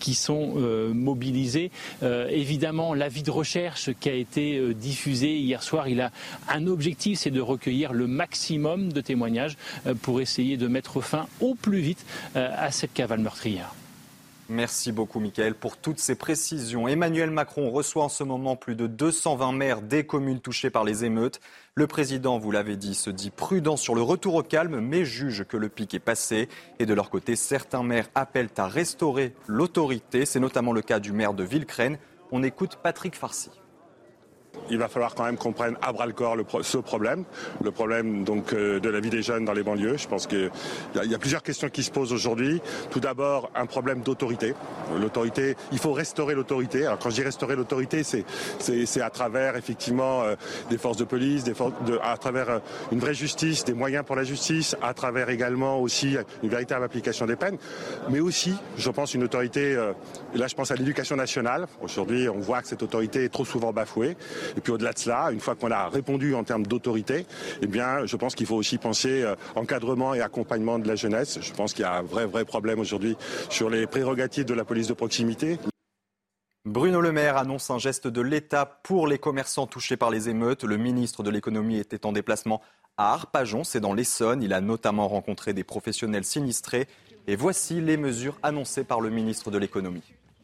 mobilisés. Évidemment, l'avis de recherche qui a été diffusé hier soir, il a un objectif, c'est de recueillir le maximum de témoignages pour essayer de mettre fin au plus vite à cette cavale meurtrière. Merci beaucoup Mickaël pour toutes ces précisions. Emmanuel Macron reçoit en ce moment plus de 220 maires des communes touchées par les émeutes. Le président, vous l'avez dit, se dit prudent sur le retour au calme, mais juge que le pic est passé. Et de leur côté, certains maires appellent à restaurer l'autorité. C'est notamment le cas du maire de Villecresnes. On écoute Patrick Farcy. Il va falloir quand même qu'on prenne à bras-le-corps ce problème, le problème donc de la vie des jeunes dans les banlieues. Je pense qu'il y a plusieurs questions qui se posent aujourd'hui. Tout d'abord, un problème d'autorité. L'autorité, il faut restaurer l'autorité. Alors quand je dis restaurer l'autorité, c'est à travers effectivement des forces de police, à travers une vraie justice, des moyens pour la justice, à travers également aussi une véritable application des peines, mais aussi, je pense, une autorité. Là, je pense à l'éducation nationale. Aujourd'hui, on voit que cette autorité est trop souvent bafouée. Et puis au-delà de cela, une fois qu'on a répondu en termes d'autorité, eh bien, je pense qu'il faut aussi penser encadrement et accompagnement de la jeunesse. Je pense qu'il y a un vrai problème aujourd'hui sur les prérogatives de la police de proximité. Bruno Le Maire annonce un geste de l'État pour les commerçants touchés par les émeutes. Le ministre de l'économie était en déplacement à Arpajon, c'est dans l'Essonne. Il a notamment rencontré des professionnels sinistrés. Et voici les mesures annoncées par le ministre de l'économie.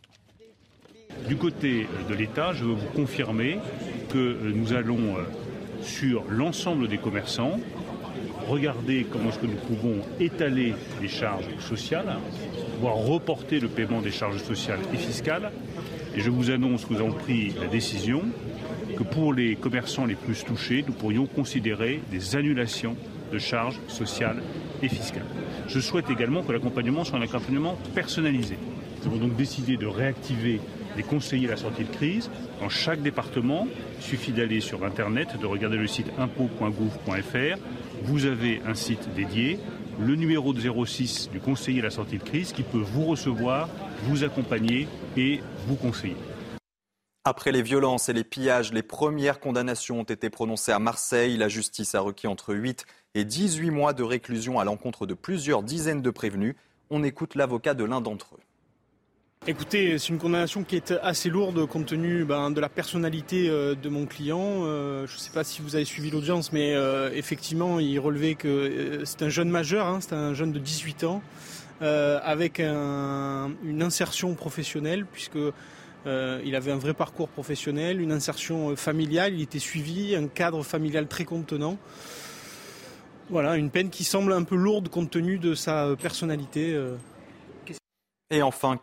Du côté de l'État, je veux vous confirmer que nous allons, sur l'ensemble des commerçants, regarder comment est-ce que nous pouvons étaler les charges sociales, voire reporter le paiement des charges sociales et fiscales. Et je vous annonce que nous avons pris la décision que pour les commerçants les plus touchés, nous pourrions considérer des annulations de charges sociales et fiscales. Je souhaite également que l'accompagnement soit un accompagnement personnalisé. Nous avons donc décidé de réactiver des conseillers à la sortie de crise. Dans chaque département, il suffit d'aller sur Internet, de regarder le site impôts.gouv.fr. Vous avez un site dédié. le numéro de 06 du conseiller à la sortie de crise qui peut vous recevoir, vous accompagner et vous conseiller. Après les violences et les pillages, les premières condamnations ont été prononcées à Marseille. La justice a requis entre 8 et 18 mois de réclusion à l'encontre de plusieurs dizaines de prévenus. On écoute l'avocat de l'un d'entre eux. Écoutez, c'est une condamnation qui est assez lourde compte tenu de la personnalité de mon client. Je ne sais pas si vous avez suivi l'audience, mais effectivement, il relevait que c'est un jeune majeur, c'est un jeune de 18 ans, avec une insertion professionnelle, puisque il avait un vrai parcours professionnel, une insertion familiale, il était suivi, un cadre familial très contenant. Voilà, une peine qui semble un peu lourde compte tenu de sa personnalité. Et enfin,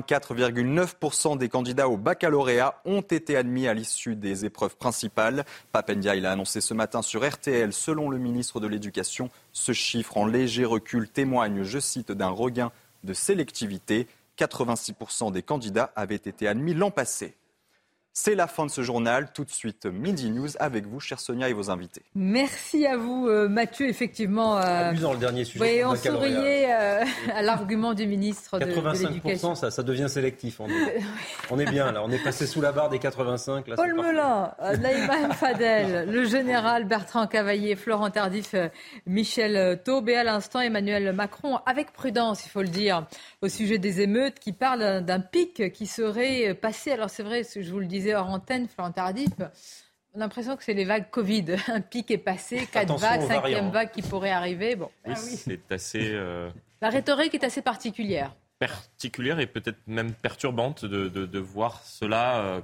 84,9% des candidats au baccalauréat ont été admis à l'issue des épreuves principales. Pap Ndiaye l'a annoncé ce matin sur RTL. Selon le ministre de l'Éducation, ce chiffre en léger recul témoigne, je cite, d'un regain de sélectivité. 86% des candidats avaient été admis l'an passé. C'est la fin de ce journal. Tout de suite, Midi News avec vous, chère Sonia, et vos invités. Merci à vous, Mathieu. Effectivement, amusant le dernier sujet. Oui, on souriait à l'argument du ministre de l'Éducation. 85%, ça devient sélectif. On est bien là, on est passé sous la barre des 85. Là, Paul Melun, Naïma Fadel, le général Bertrand Cavaillé, Florent Tardif, Michel Taube et à l'instant Emmanuel Macron, avec prudence, il faut le dire, au sujet des émeutes, qui parle d'un pic qui serait passé. Alors c'est vrai, je vous le disais hors antenne, Florent Tardif, on a l'impression que c'est les vagues Covid. Un pic est passé, 4 vagues, 5e vague qui pourrait arriver. Bon, oui, c'est assez... La rhétorique est assez particulière. Particulière et peut-être même perturbante de voir cela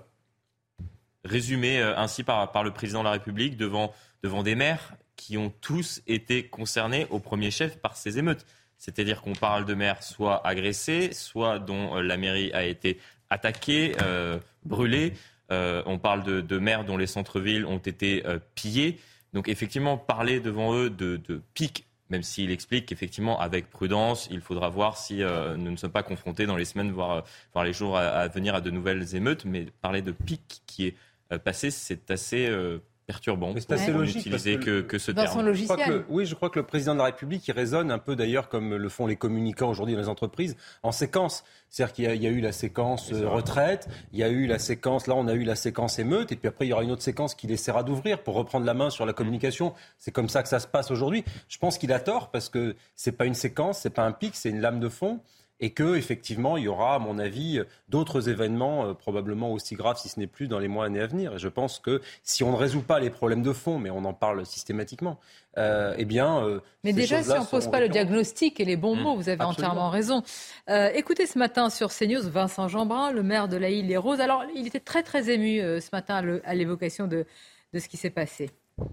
résumé ainsi par le président de la République devant des maires qui ont tous été concernés au premier chef par ces émeutes. C'est-à-dire qu'on parle de maires soit agressés, soit dont la mairie a été attaqués, brûlés. On parle de maires dont les centres-villes ont été pillés. Donc effectivement, parler devant eux de pic, même s'il explique qu'effectivement, avec prudence, il faudra voir si nous ne sommes pas confrontés dans les semaines, voire les jours à venir à de nouvelles émeutes. Mais parler de pic qui est passé, c'est assez... perturbant. Mais c'est assez logique utiliser que ce dans terme. Son logiciel. Je crois que le président de la République, il raisonne un peu d'ailleurs comme le font les communicants aujourd'hui dans les entreprises, en séquence. C'est-à-dire qu'il y a eu la séquence retraite, il y a eu la séquence, là on a eu la séquence émeute, et puis après il y aura une autre séquence qu'il essaiera d'ouvrir pour reprendre la main sur la communication. C'est comme ça que ça se passe aujourd'hui. Je pense qu'il a tort parce que c'est pas une séquence, c'est pas un pic, c'est une lame de fond. Et qu'effectivement, il y aura, à mon avis, d'autres événements probablement aussi graves, si ce n'est plus, dans les mois et années à venir. Et je pense que si on ne résout pas les problèmes de fond, mais on en parle systématiquement, mais déjà, si on ne pose pas le diagnostic et les bons mots, vous avez entièrement raison. Écoutez ce matin sur CNews, Vincent Jeanbrun, le maire de la Île-les-Roses. Alors, il était très, très ému ce matin à l'évocation de ce qui s'est passé.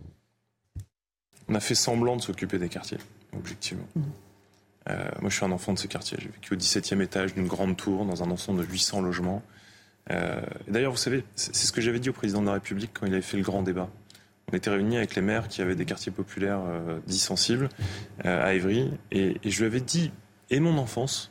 On a fait semblant de s'occuper des quartiers, objectivement. Moi, je suis un enfant de ce quartier. J'ai vécu au 17e étage d'une grande tour, dans un ensemble de 800 logements. Et d'ailleurs, vous savez, c'est ce que j'avais dit au président de la République quand il avait fait le grand débat. On était réunis avec les maires qui avaient des quartiers populaires dits sensibles à Évry. Et je lui avais dit, et mon enfance,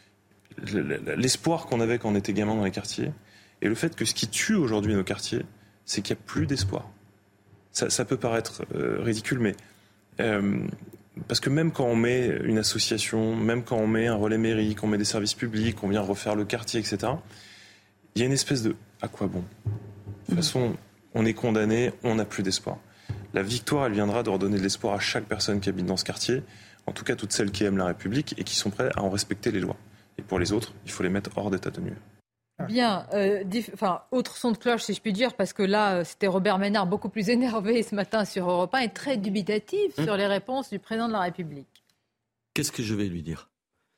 l'espoir qu'on avait quand on était gamin dans les quartiers, et le fait que ce qui tue aujourd'hui nos quartiers, c'est qu'il n'y a plus d'espoir. Ça peut paraître ridicule, mais... parce que même quand on met une association, même quand on met un relais mairie, qu'on met des services publics, qu'on vient refaire le quartier, etc., il y a une espèce de « à quoi bon ?» De toute façon, on est condamné, on n'a plus d'espoir. La victoire, elle viendra de redonner de l'espoir à chaque personne qui habite dans ce quartier, en tout cas toutes celles qui aiment la République et qui sont prêtes à en respecter les lois. Et pour les autres, il faut les mettre hors d'état de nuire. Bien, autre son de cloche si je puis dire, parce que là c'était Robert Ménard beaucoup plus énervé ce matin sur Europe 1 et très dubitatif sur les réponses du président de la République. Qu'est-ce que je vais lui dire ?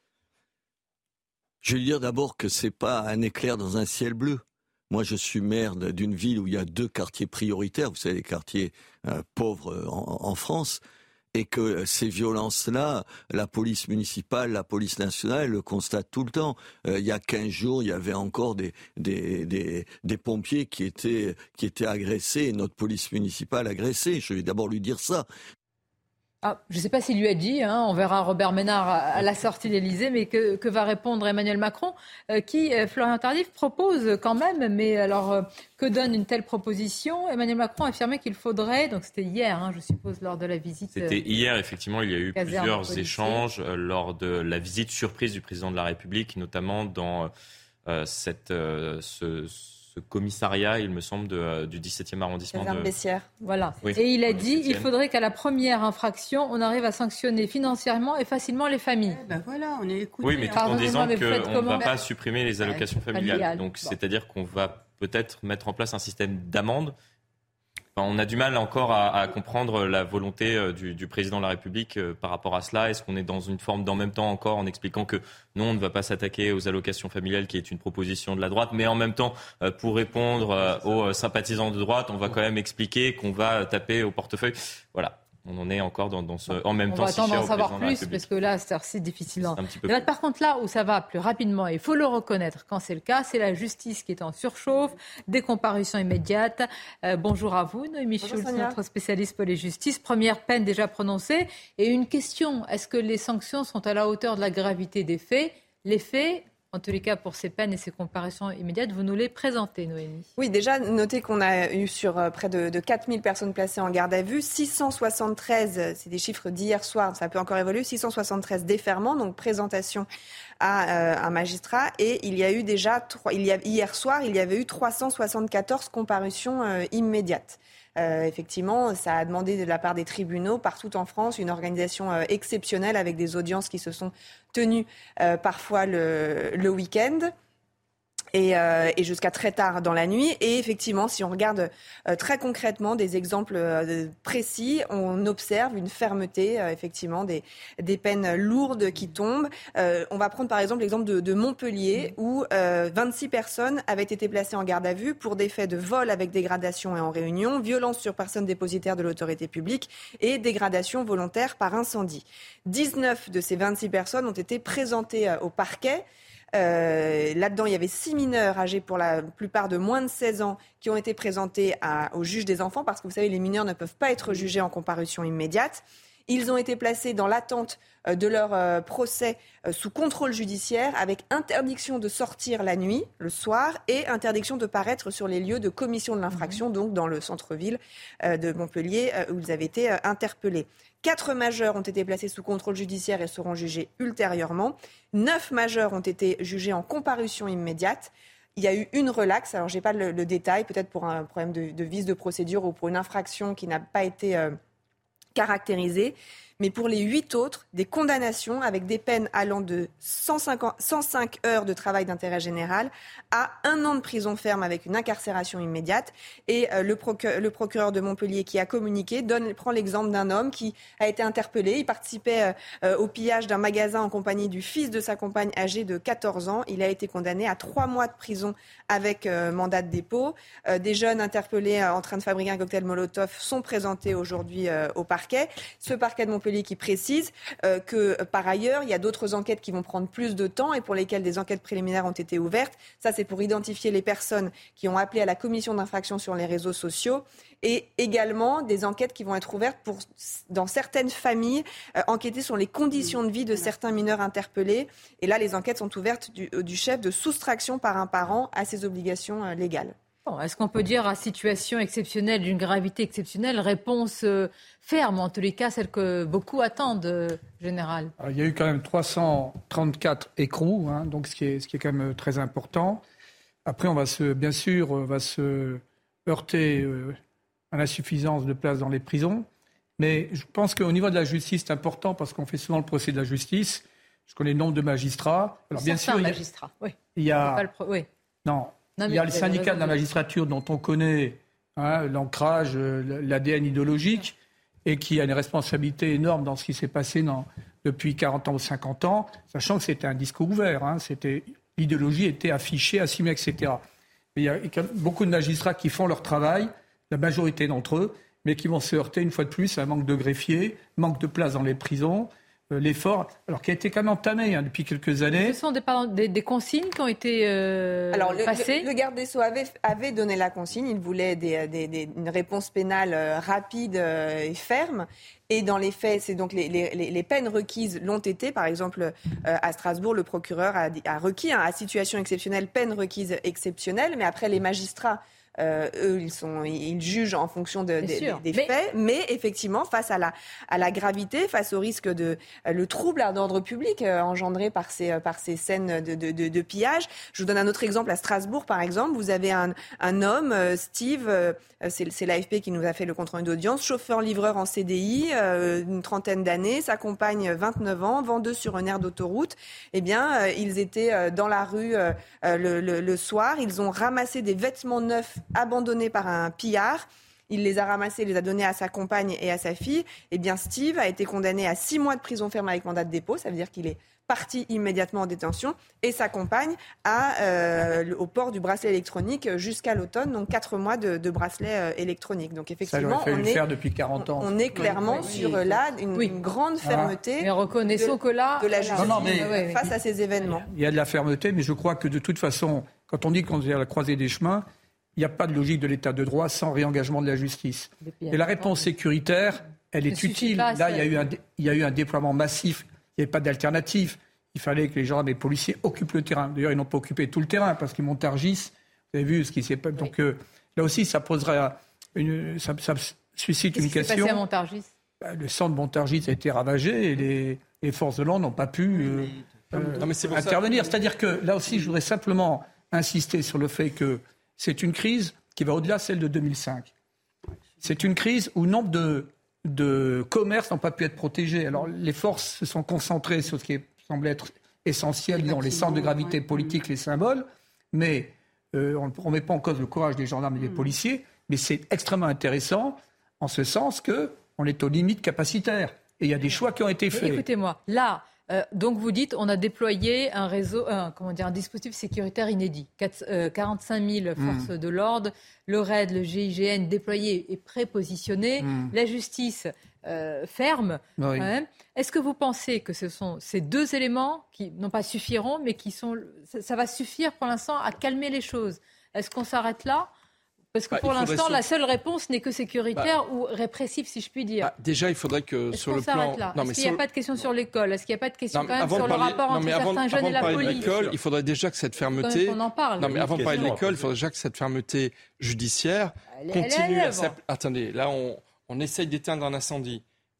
Je vais lui dire d'abord que c'est pas un éclair dans un ciel bleu. Moi je suis maire d'une ville où il y a 2 quartiers prioritaires, vous savez les quartiers pauvres en France. Et que ces violences-là, la police municipale, la police nationale le constatent tout le temps. Il y a 15 jours, il y avait encore des pompiers qui étaient agressés, et notre police municipale agressée. Je vais d'abord lui dire ça. Je ne sais pas s'il lui a dit, on verra Robert Ménard à la sortie de l'Élysée, mais que va répondre Emmanuel Macron, qui, Florian Tardif, propose quand même, mais alors que donne une telle proposition ? Emmanuel Macron a affirmé qu'il faudrait, donc c'était hier, je suppose, lors de la visite. C'était hier, effectivement, il y a eu plusieurs échanges lors de la visite surprise du président de la République, notamment dans ce commissariat, il me semble, du 17e arrondissement de Bessières. Voilà. Oui, et il a dit qu'il faudrait qu'à la première infraction, on arrive à sanctionner financièrement et facilement les familles. Voilà, on est écouté. Oui, mais tout en disant qu'on ne va pas supprimer les allocations familiales. Donc, c'est-à-dire qu'on va peut-être mettre en place un système d'amende. On a du mal encore à comprendre la volonté du président de la République par rapport à cela. Est-ce qu'on est dans une forme d'en même temps encore en expliquant que non, on ne va pas s'attaquer aux allocations familiales qui est une proposition de la droite, mais en même temps, pour répondre aux sympathisants de droite, on va quand même expliquer qu'on va taper au portefeuille. Voilà. On en est encore dans ce en même temps. On va attendre d'en savoir plus parce que là, c'est difficile. Par contre, là où ça va plus rapidement, et il faut le reconnaître quand c'est le cas, c'est la justice qui est en surchauffe, des comparutions immédiates. Bonjour à vous, Noémie Schulz, notre spécialiste pour les justices. Première peine déjà prononcée. Et une question, est-ce que les sanctions sont à la hauteur de la gravité des faits ? Les faits, en tous les cas, pour ces peines et ces comparaisons immédiates, vous nous les présentez, Noémie. Oui, déjà, notez qu'on a eu sur près de 4000 personnes placées en garde à vue, 673, c'est des chiffres d'hier soir, ça peut encore évoluer, 673 déferments, donc présentation à un magistrat. Et il y a eu déjà, hier soir, il y avait eu 374 comparutions immédiates. Effectivement, ça a demandé de la part des tribunaux partout en France une organisation exceptionnelle avec des audiences qui se sont tenues parfois le week-end. Et jusqu'à très tard dans la nuit. Et effectivement, si on regarde très concrètement des exemples précis, on observe une fermeté, effectivement, des peines lourdes qui tombent. On va prendre par exemple l'exemple de Montpellier, où 26 personnes avaient été placées en garde à vue pour des faits de vol avec dégradation et en réunion, violence sur personne dépositaire de l'autorité publique et dégradation volontaire par incendie. 19 de ces 26 personnes ont été présentées au parquet. Là-dedans, il y avait 6 mineurs âgés pour la plupart de moins de 16 ans qui ont été présentés au juge des enfants parce que vous savez, les mineurs ne peuvent pas être jugés en comparution immédiate. Ils ont été placés dans l'attente de leur procès sous contrôle judiciaire avec interdiction de sortir la nuit, le soir, et interdiction de paraître sur les lieux de commission de l'infraction, donc dans le centre-ville de Montpellier où ils avaient été interpellés. 4 majeurs ont été placés sous contrôle judiciaire et seront jugés ultérieurement. 9 majeurs ont été jugés en comparution immédiate. Il y a eu une relaxe, alors je n'ai pas le détail, peut-être pour un problème de vice de procédure ou pour une infraction qui n'a pas été caractérisée. Mais pour les 8 autres, des condamnations avec des peines allant de 105 heures de travail d'intérêt général à 1 an de prison ferme avec une incarcération immédiate. Et le procureur de Montpellier qui a communiqué prend l'exemple d'un homme qui a été interpellé. Il participait au pillage d'un magasin en compagnie du fils de sa compagne âgée de 14 ans. Il a été condamné à 3 mois de prison avec mandat de dépôt. Des jeunes interpellés en train de fabriquer un cocktail Molotov sont présentés aujourd'hui au parquet. Ce parquet de Montpellier qui précise que par ailleurs, il y a d'autres enquêtes qui vont prendre plus de temps et pour lesquelles des enquêtes préliminaires ont été ouvertes. Ça, c'est pour identifier les personnes qui ont appelé à la commission d'infraction sur les réseaux sociaux et également des enquêtes qui vont être ouvertes pour, dans certaines familles, enquêter sur les conditions de vie de certains mineurs interpellés. Et là, les enquêtes sont ouvertes du chef de soustraction par un parent à ses obligations légales. Bon, est-ce qu'on peut dire à situation exceptionnelle, d'une gravité exceptionnelle, réponse ferme, en tous les cas celle que beaucoup attendent, Général? Alors, il y a eu quand même 334 écrous, donc ce qui est quand même très important. Après, on va se heurter à l'insuffisance de place dans les prisons. Mais je pense qu'au niveau de la justice, c'est important parce qu'on fait souvent le procès de la justice. Je connais le nombre de magistrats. Alors, bien sûr, magistrats, oui. Il y a le syndicat de la magistrature dont on connaît l'ancrage, l'ADN idéologique et qui a une responsabilité énorme dans ce qui s'est passé depuis 40 ans ou 50 ans, sachant que c'était un discours ouvert. L'idéologie était affichée, assumée, etc. Mais il y a beaucoup de magistrats qui font leur travail, la majorité d'entre eux, mais qui vont se heurter une fois de plus à un manque de greffiers, manque de place dans les prisons, l'effort, alors qui a été quand même entamé depuis quelques années. Ce sont des consignes qui ont été passées. Le garde des Sceaux avait donné la consigne. Il voulait une réponse pénale rapide et ferme. Et dans les faits, c'est donc les peines requises l'ont été. Par exemple, à Strasbourg, le procureur a requis à situation exceptionnelle, peine requise exceptionnelle. Mais après, les magistrats, eux, ils jugent en fonction des faits, mais effectivement, face à la gravité, face au risque le trouble à l'ordre public engendré par ces scènes de pillage. Je vous donne un autre exemple à Strasbourg, par exemple. Vous avez un homme, Steve, c'est l'AFP qui nous a fait le compte-rendu d'audience, chauffeur-livreur en CDI, une trentaine d'années, sa compagne 29 ans, vendeuse sur une aire d'autoroute. Eh bien, ils étaient dans la rue le soir, ils ont ramassé des vêtements neufs abandonnés par un pillard. Il les a ramassés, les a donnés à sa compagne et à sa fille. Eh bien, Steve a été condamné à 6 mois de prison ferme avec mandat de dépôt. Ça veut dire qu'il est parti immédiatement en détention. Et sa compagne au port du bracelet électronique jusqu'à l'automne. Donc 4 mois de bracelet électronique. Donc effectivement, ça, on faire depuis 40 ans. On est clairement sur là une grande fermeté. Mais reconnaissons que là, de la justice face à ces événements. Il y a de la fermeté, mais je crois que de toute façon, quand on dit qu'on est à la croisée des chemins, il n'y a pas de logique de l'état de droit sans réengagement de la justice. Et la réponse sécuritaire, elle est utile. Là, il y a eu un déploiement massif. Il n'y avait pas d'alternative. Il fallait que les gendarmes et les policiers occupent le terrain. D'ailleurs, ils n'ont pas occupé tout le terrain parce qu'ils Montargis. Vous avez vu ce qui s'est passé. Donc là aussi, ça posera ça suscite une question. Qu'est-ce qui s'est passé à Montargis ? Le centre de Montargis a été ravagé et les forces de l'ordre n'ont pas pu intervenir. C'est-à-dire que là aussi, je voudrais simplement insister sur le fait que c'est une crise qui va au-delà de celle de 2005. C'est une crise où nombre de commerces n'ont pas pu être protégés. Alors les forces se sont concentrées sur ce qui semble être essentiel, disons, les centres de gravité politique, les symboles, mais on ne remet pas en cause le courage des gendarmes et des policiers, mais c'est extrêmement intéressant en ce sens qu'on est aux limites capacitaires. Et il y a des choix qui ont été faits. Écoutez-moi, là... donc vous dites, on a déployé un dispositif sécuritaire inédit. 45 000 forces de l'ordre, le RAID, le GIGN déployés et prépositionnés, la justice ferme. Oui. Est-ce que vous pensez que ce sont ces deux éléments qui, non pas suffiront, mais ça va suffire pour l'instant à calmer les choses ? Est-ce qu'on s'arrête là ? Parce que pour l'instant, la seule réponse n'est que sécuritaire ou répressive, si je puis dire. Déjà, il faudrait que sur le plan... Là Est-ce qu'il n'y a pas de question sur l'école ? Est-ce qu'il n'y a pas de question quand même sur le rapport entre certains jeunes et la police ? Il faudrait déjà que cette fermeté... On en parle. Non, mais avant de parler de l'école, il faudrait déjà que cette fermeté judiciaire continue à... Attendez, là, on essaye d'éteindre un incendie.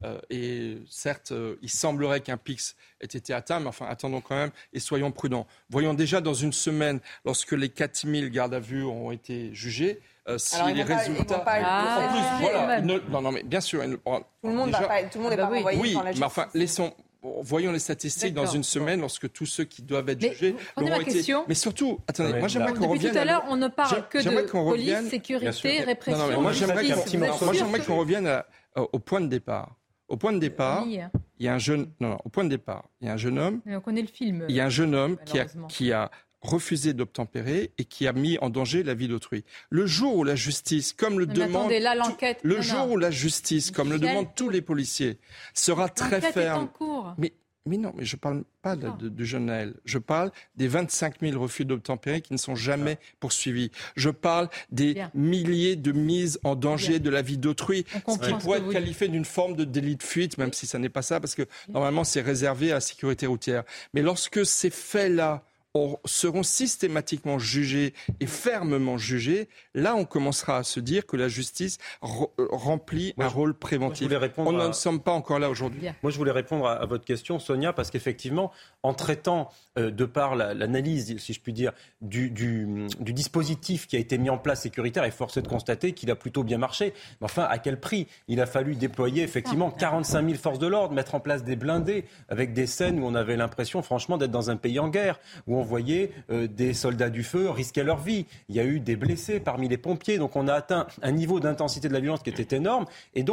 Et certes, il semblerait qu'un PIX ait été atteint, mais enfin, attendons quand même et soyons prudents. Voyons déjà dans une semaine, lorsque les 4000 gardes à vue ont été jugés, si les résultats... En plus, voilà. Non, mais bien sûr... Tout le monde n'est pas renvoyé dans la justice. Mais enfin, voyons les statistiques dans une semaine, lorsque tous ceux qui doivent être jugés auront été... Mais surtout, attendez, moi j'aimerais qu'on revienne... Depuis tout à l'heure, on ne parle que de police, sécurité, répression... Moi j'aimerais qu'on revienne au point de départ. Au point de départ, il y a un jeune homme. Mais on connaît le film. Il y a un jeune homme qui a refusé d'obtempérer et qui a mis en danger la vie d'autrui. Le jour où la justice, comme le demandent tous les policiers, sera très ferme. Mais non, mais je ne parle pas du jeune Naël. Je parle des 25 000 refus d'obtempérer qui ne sont jamais poursuivis. Je parle des milliers de mises en danger de la vie d'autrui, ce qui pourrait être qualifié d'une forme de délit de fuite, même si ça n'est pas ça, parce que normalement c'est réservé à la sécurité routière. Mais lorsque ces faits-là seront systématiquement jugés et fermement jugés, là on commencera à se dire que la justice remplit un rôle préventif. On n'en sommes pas encore là aujourd'hui. Moi je voulais répondre à votre question, Sonia, parce qu'effectivement, en traitant de par l'analyse, si je puis dire, du dispositif qui a été mis en place sécuritaire, et force est de constater qu'il a plutôt bien marché. Mais enfin, à quel prix ? Il a fallu déployer effectivement 45 000 forces de l'ordre, mettre en place des blindés, avec des scènes où on avait l'impression franchement d'être dans un pays en guerre, où on voyait des soldats du feu risquer leur vie. Il y a eu des blessés parmi les pompiers, donc on a atteint un niveau d'intensité de la violence qui était énorme. Et donc,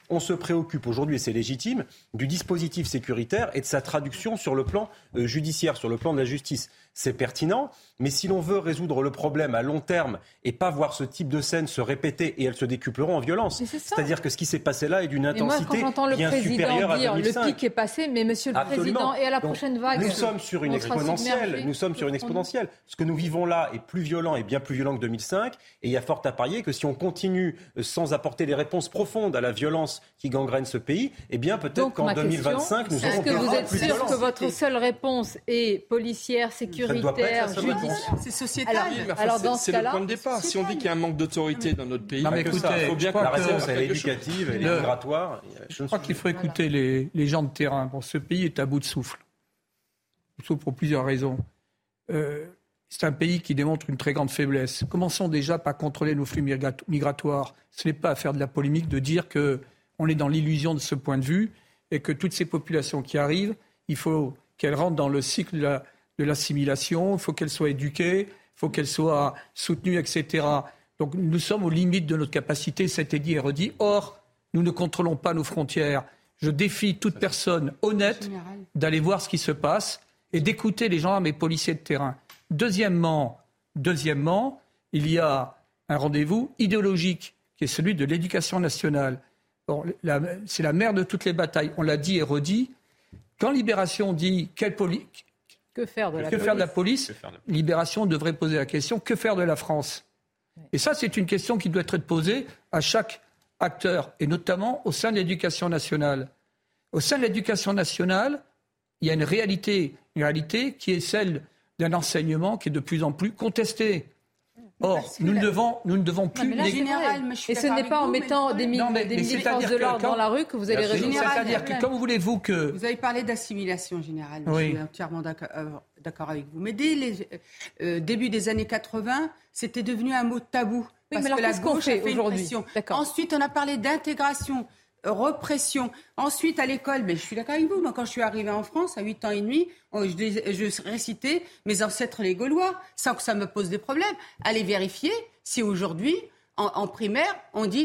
on se préoccupe aujourd'hui, et c'est légitime, du dispositif sécuritaire et de sa traduction sur le plan judiciaire, sur le plan de la justice. C'est pertinent, mais si l'on veut résoudre le problème à long terme et pas voir ce type de scènes se répéter, et elles se décupleront en violence. C'est-à-dire que ce qui s'est passé là est d'une intensité bien supérieure à 2005. Le pic est passé, mais Monsieur le Président, et à la prochaine vague, nous sommes sur une exponentielle. Ce que nous vivons là est plus violent et bien plus violent que 2005, et il y a fort à parier que si on continue sans apporter des réponses profondes à la violence qui gangrène ce pays, eh bien peut-être qu'en 2025 nous aurons des plus de violence. Est-ce que vous êtes sûr que votre seule réponse est policière, sécuritaire, judiciaire? C'est sociétal. Alors dans ce cas-là, c'est le point de départ. Si on dit qu'il y a un manque d'autorité dans notre pays, il faut bien que la réponse est éducative, elle est migratoire. Je crois qu'il faut écouter les gens de terrain. Bon, ce pays est à bout de souffle. Souffle pour plusieurs raisons. C'est un pays qui démontre une très grande faiblesse. Commençons déjà par contrôler nos flux migratoires. Ce n'est pas à faire de la polémique de dire qu'on est dans l'illusion de ce point de vue et que toutes ces populations qui arrivent, il faut qu'elles rentrent dans le cycle de l'assimilation, il faut qu'elles soient éduquées, il faut qu'elles soient soutenues, etc. Donc nous sommes aux limites de notre capacité, ça a été dit et redit. Or, nous ne contrôlons pas nos frontières. Je défie toute personne honnête d'aller voir ce qui se passe et d'écouter les gendarmes et policiers de terrain. Deuxièmement, il y a un rendez-vous idéologique qui est celui de l'éducation nationale. Bon, c'est la mère de toutes les batailles. On l'a dit et redit. Quand Libération dit que faire de la police, Libération devrait poser la question que faire de la France? Et ça, c'est une question qui doit être posée à chaque acteur, et notamment au sein de l'éducation nationale. Au sein de l'éducation nationale, il y a une réalité qui est celle d'un enseignement qui est de plus en plus contesté. Or, nous ne devons plus... Et ce n'est pas en mettant des milliers de forces de l'ordre dans la rue que vous allez résoudre. C'est-à-dire que comment voulez-vous que... Vous avez parlé d'assimilation générale, je suis entièrement d'accord avec vous. Mais dès les débuts des années 80, c'était devenu un mot tabou. Oui, parce que la gauche a fait une pression. Ensuite, on a parlé d'intégration, répression. Ensuite, à l'école, mais je suis d'accord avec vous. Moi, quand je suis arrivée en France, à 8 ans et demi, je récitais mes ancêtres les Gaulois, sans que ça me pose des problèmes. Allez vérifier si aujourd'hui, en primaire, on dit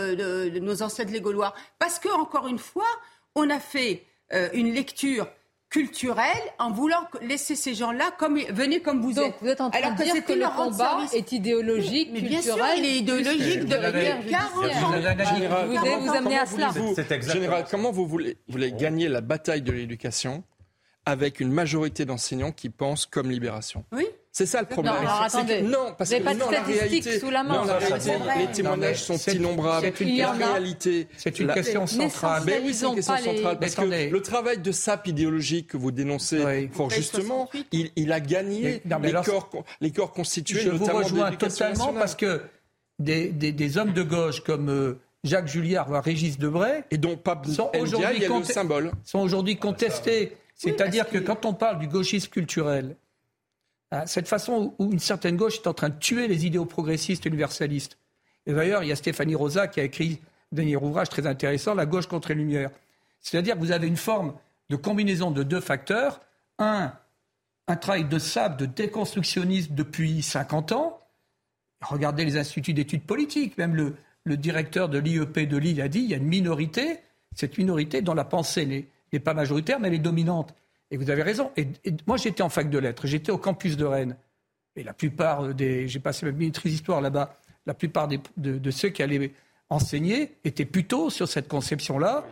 nos ancêtres les Gaulois. Parce que, encore une fois, on a fait une lecture culturelle en voulant laisser ces gens-là venez comme vous êtes. Vous êtes en train de dire que le combat est idéologique, mais culturel. Bien sûr, il est idéologique depuis 40 ans. Vous amenez à cela. Général, comment vous voulez gagner la bataille de l'éducation avec une majorité d'enseignants qui pensent comme Libération? Oui. C'est ça le problème. Non, alors attendez. Non, parce que la réalité, sous la main. Non, la réalité, les témoignages sont innombrables. C'est une question centrale. Mais oui, c'est une question centrale. Parce que le travail de sape idéologique que vous dénoncez, fort justement, il a gagné les corps constitués. Je vous rejoins totalement parce que des hommes de gauche comme Jacques Julliard ou Régis Debray et dont Pape Ndiaye est le symbole, sont aujourd'hui contestés. C'est-à-dire que quand on parle du gauchisme culturel, cette façon où une certaine gauche est en train de tuer les idéaux progressistes universalistes. Et d'ailleurs, il y a Stéphanie Rosa qui a écrit un dernier ouvrage très intéressant, La gauche contre les Lumières. C'est-à-dire que vous avez une forme de combinaison de deux facteurs. Un travail de sape, de déconstructionnisme depuis 50 ans. Regardez les instituts d'études politiques. Même le directeur de l'IEP de Lille a dit il y a une minorité. Cette minorité dont la pensée n'est pas majoritaire, mais elle est dominante. Et vous avez raison. Et moi, j'étais en fac de lettres. J'étais au campus de Rennes. Et la plupart j'ai passé ma maîtrise d'histoire là-bas. La plupart de ceux qui allaient enseigner étaient plutôt sur cette conception-là.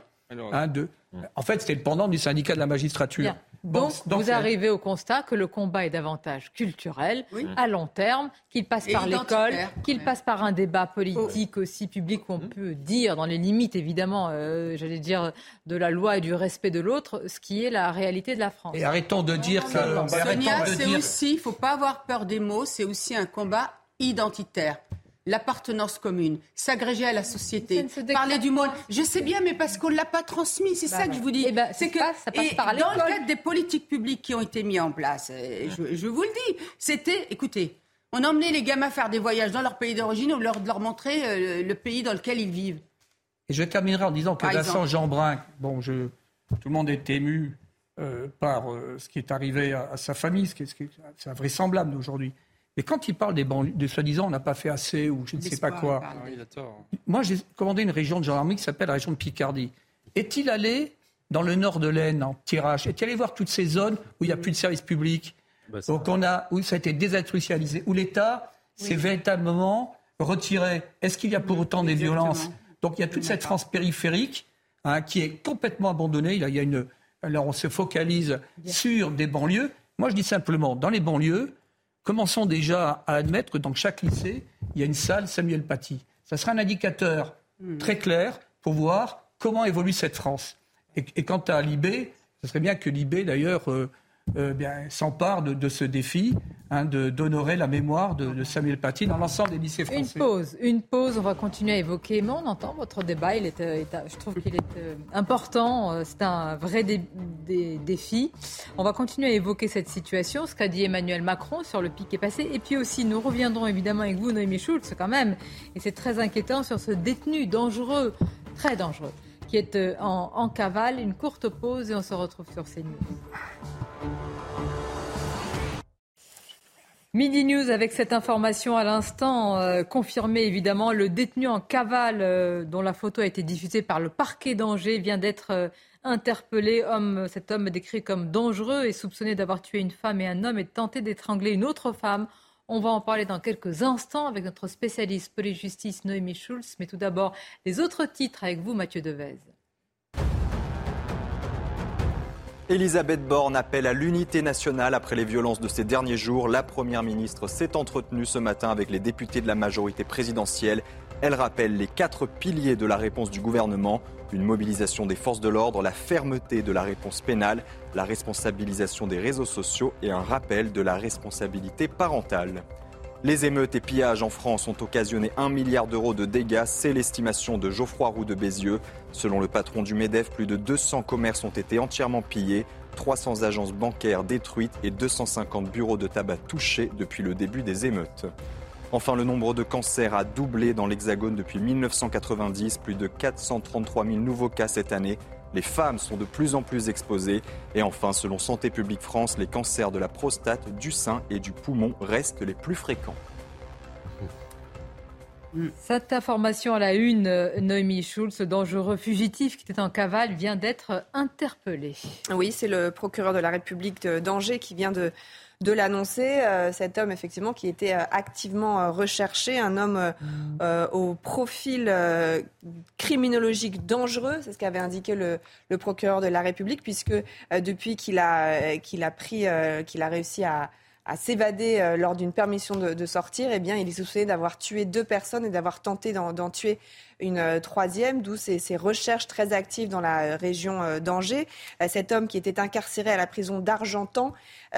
En fait, c'était le pendant du syndicat de la magistrature. Bien. Donc, vous arrivez au constat que le combat est davantage culturel, à long terme, qu'il passe par l'école, qu'il passe par un débat politique aussi public où on peut dire, dans les limites évidemment, j'allais dire, de la loi et du respect de l'autre, ce qui est la réalité de la France. Et arrêtons de dire que... Sonia, c'est aussi, il ne faut pas avoir peur des mots, c'est aussi un combat identitaire. L'appartenance commune, s'agréger à la société, parler du monde. Je sais bien, mais parce qu'on ne l'a pas transmis, c'est ça que je vous dis. C'est que ça passe par l'école. Dans le cadre des politiques publiques qui ont été mises en place, je vous le dis, écoutez, on emmenait les gamins faire des voyages dans leur pays d'origine ou de leur montrer le pays dans lequel ils vivent. Et je terminerai en disant que Vincent Jeanbrun, tout le monde est ému par ce qui est arrivé à sa famille, c'est invraisemblable aujourd'hui. Mais quand il parle des banlieues, de soi-disant on n'a pas fait assez ou je ne sais pas quoi. Moi, j'ai commandé une région de gendarmerie qui s'appelle la région de Picardie. Est-il allé dans le nord de l'Aisne, en tirage? Est-il allé voir toutes ces zones où il n'y a plus de services publics, donc où ça a été désindustrialisé, où l'État s'est véritablement retiré? Est-ce qu'il y a pour autant des violences? Donc il y a toute cette France périphérique qui est complètement abandonnée. Alors on se focalise sur des banlieues. Moi je dis simplement, dans les banlieues, commençons déjà à admettre que dans chaque lycée, il y a une salle Samuel Paty. Ça sera un indicateur très clair pour voir comment évolue cette France. Et quant à l'IB, ce serait bien que l'IB, d'ailleurs, s'empare de ce défi d'honorer la mémoire de Samuel Paty dans l'ensemble des lycées français. Une pause, on va continuer à évoquer, mais on entend votre débat, je trouve qu'il est important, c'est un vrai défi. On va continuer à évoquer cette situation, ce qu'a dit Emmanuel Macron sur le pic qui est passé, et puis aussi nous reviendrons évidemment avec vous, Noémie Schulz, quand même, et c'est très inquiétant sur ce détenu dangereux, très dangereux, qui est en cavale. Une courte pause et on se retrouve sur CNews. Midi News avec cette information à l'instant confirmée évidemment. Le détenu en cavale dont la photo a été diffusée par le parquet d'Angers vient d'être interpellé. Cet homme décrit comme dangereux et soupçonné d'avoir tué une femme et un homme et de tenter d'étrangler une autre femme. On va en parler dans quelques instants avec notre spécialiste police-justice Noémie Schulz. Mais tout d'abord, les autres titres avec vous, Mathieu Devez. Elisabeth Borne appelle à l'unité nationale après les violences de ces derniers jours. La Première ministre s'est entretenue ce matin avec les députés de la majorité présidentielle. Elle rappelle les 4 piliers de la réponse du gouvernement. Une mobilisation des forces de l'ordre, la fermeté de la réponse pénale, la responsabilisation des réseaux sociaux et un rappel de la responsabilité parentale. Les émeutes et pillages en France ont occasionné 1 milliard d'euros de dégâts. C'est l'estimation de Geoffroy Roux de Bézieux. Selon le patron du MEDEF, plus de 200 commerces ont été entièrement pillés, 300 agences bancaires détruites et 250 bureaux de tabac touchés depuis le début des émeutes. Enfin, le nombre de cancers a doublé dans l'Hexagone depuis 1990, plus de 433 000 nouveaux cas cette année. Les femmes sont de plus en plus exposées. Et enfin, selon Santé publique France, les cancers de la prostate, du sein et du poumon restent les plus fréquents. Cette information à la une, Noémie Schulz, ce dangereux fugitif qui était en cavale vient d'être interpellé. Oui, c'est le procureur de la République d'Angers qui vient de l'annoncer. Cet homme, effectivement, qui était activement recherché, un homme au profil criminologique dangereux, c'est ce qu'avait indiqué le procureur de la République, puisque depuis qu'il a réussi à s'évader lors d'une permission de sortir, eh bien, il est soupçonné d'avoir tué 2 personnes et d'avoir tenté d'en tuer une troisième, d'où ces recherches très actives dans la région d'Angers. Cet homme qui était incarcéré à la prison d'Argentan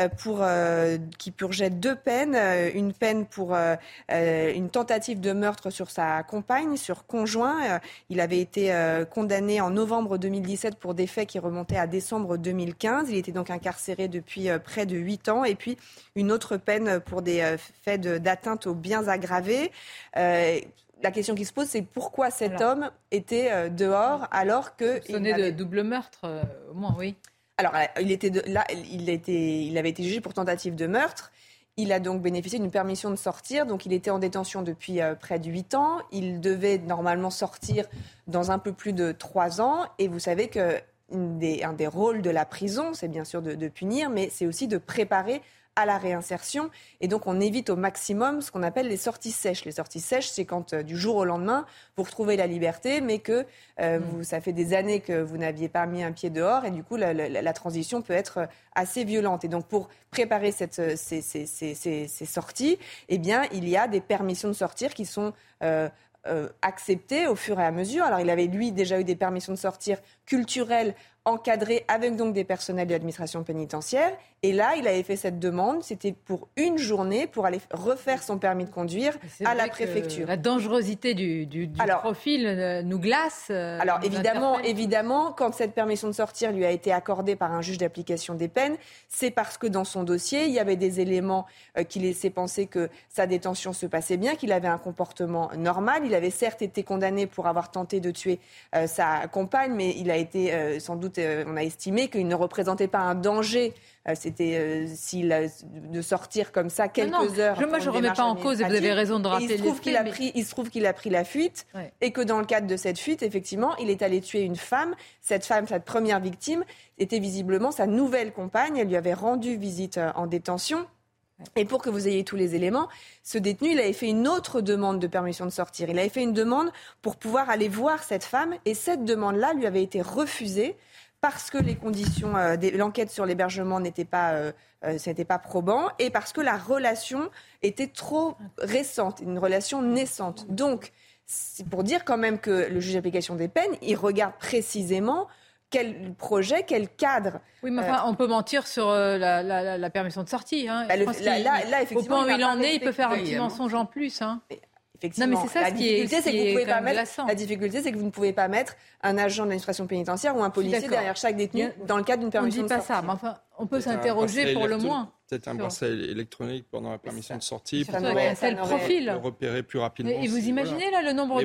qui purgeait 2 peines. Une peine pour une tentative de meurtre sur sa compagne, sur conjoint. Il avait été condamné en novembre 2017 pour des faits qui remontaient à décembre 2015. Il était donc incarcéré depuis près de 8 ans. Et puis une autre peine pour des faits d'atteinte aux biens aggravés. La question qui se pose, c'est pourquoi cet homme était dehors alors que... Soupçonné de double meurtre, au moins, oui. Alors, il avait été jugé pour tentative de meurtre. Il a donc bénéficié d'une permission de sortir. Donc, il était en détention depuis près de 8 ans. Il devait normalement sortir dans un peu plus de 3 ans. Et vous savez qu'un des rôles de la prison, c'est bien sûr de punir, mais c'est aussi de préparer à la réinsertion. Et donc, on évite au maximum ce qu'on appelle les sorties sèches. Les sorties sèches, c'est quand du jour au lendemain, vous retrouvez la liberté, mais que ça fait des années que vous n'aviez pas mis un pied dehors. Et du coup, la transition peut être assez violente. Et donc, pour préparer ces sorties, eh bien, il y a des permissions de sortir qui sont... acceptées au fur et à mesure. Alors, il avait, lui, déjà eu des permissions de sortir culturelles encadrées avec donc des personnels de l'administration pénitentiaire. Et là, il avait fait cette demande. C'était pour une journée pour aller refaire son permis de conduire à la préfecture. La dangerosité du profil nous glace. Alors, évidemment, quand cette permission de sortir lui a été accordée par un juge d'application des peines, c'est parce que dans son dossier, il y avait des éléments qui laissaient penser que sa détention se passait bien, qu'il avait un comportement normal. Il avait certes été condamné pour avoir tenté de tuer sa compagne, mais il a été sans doute doute, on a estimé qu'il ne représentait pas un danger. C'était de sortir comme ça quelques heures. Moi, je ne remets pas en cause, et vous avez raison de rappeler les faits. Il se trouve qu'il a pris la fuite, et que dans le cadre de cette fuite, effectivement, il est allé tuer une femme. Cette femme, cette première victime, était visiblement sa nouvelle compagne. Elle lui avait rendu visite en détention. Et pour que vous ayez tous les éléments, ce détenu, il avait fait une autre demande de permission de sortir. Il avait fait une demande pour pouvoir aller voir cette femme, et cette demande-là lui avait été refusée parce que les conditions de l'enquête sur l'hébergement n'étaient pas probants, et parce que la relation était trop récente, une relation naissante. Donc, c'est pour dire quand même que le juge d'application des peines, il regarde précisément quel projet, quel cadre. Oui, mais enfin, on peut mentir sur la permission de sortie. Hein. Effectivement, au point où il en est, il peut faire un petit mensonge en plus. Hein. Effectivement. Non, mais c'est ça ce qui est glaçant. La difficulté, c'est que vous ne pouvez pas mettre un agent de l'administration pénitentiaire ou un policier derrière chaque détenu dans le cadre d'une permission de sortie. On ne dit pas ça, mais enfin, on peut s'interroger pour le moins. Peut-être un bracelet électronique pendant la permission de sortie pour un tel profil. Le repérer plus rapidement. Et vous imaginez là le nombre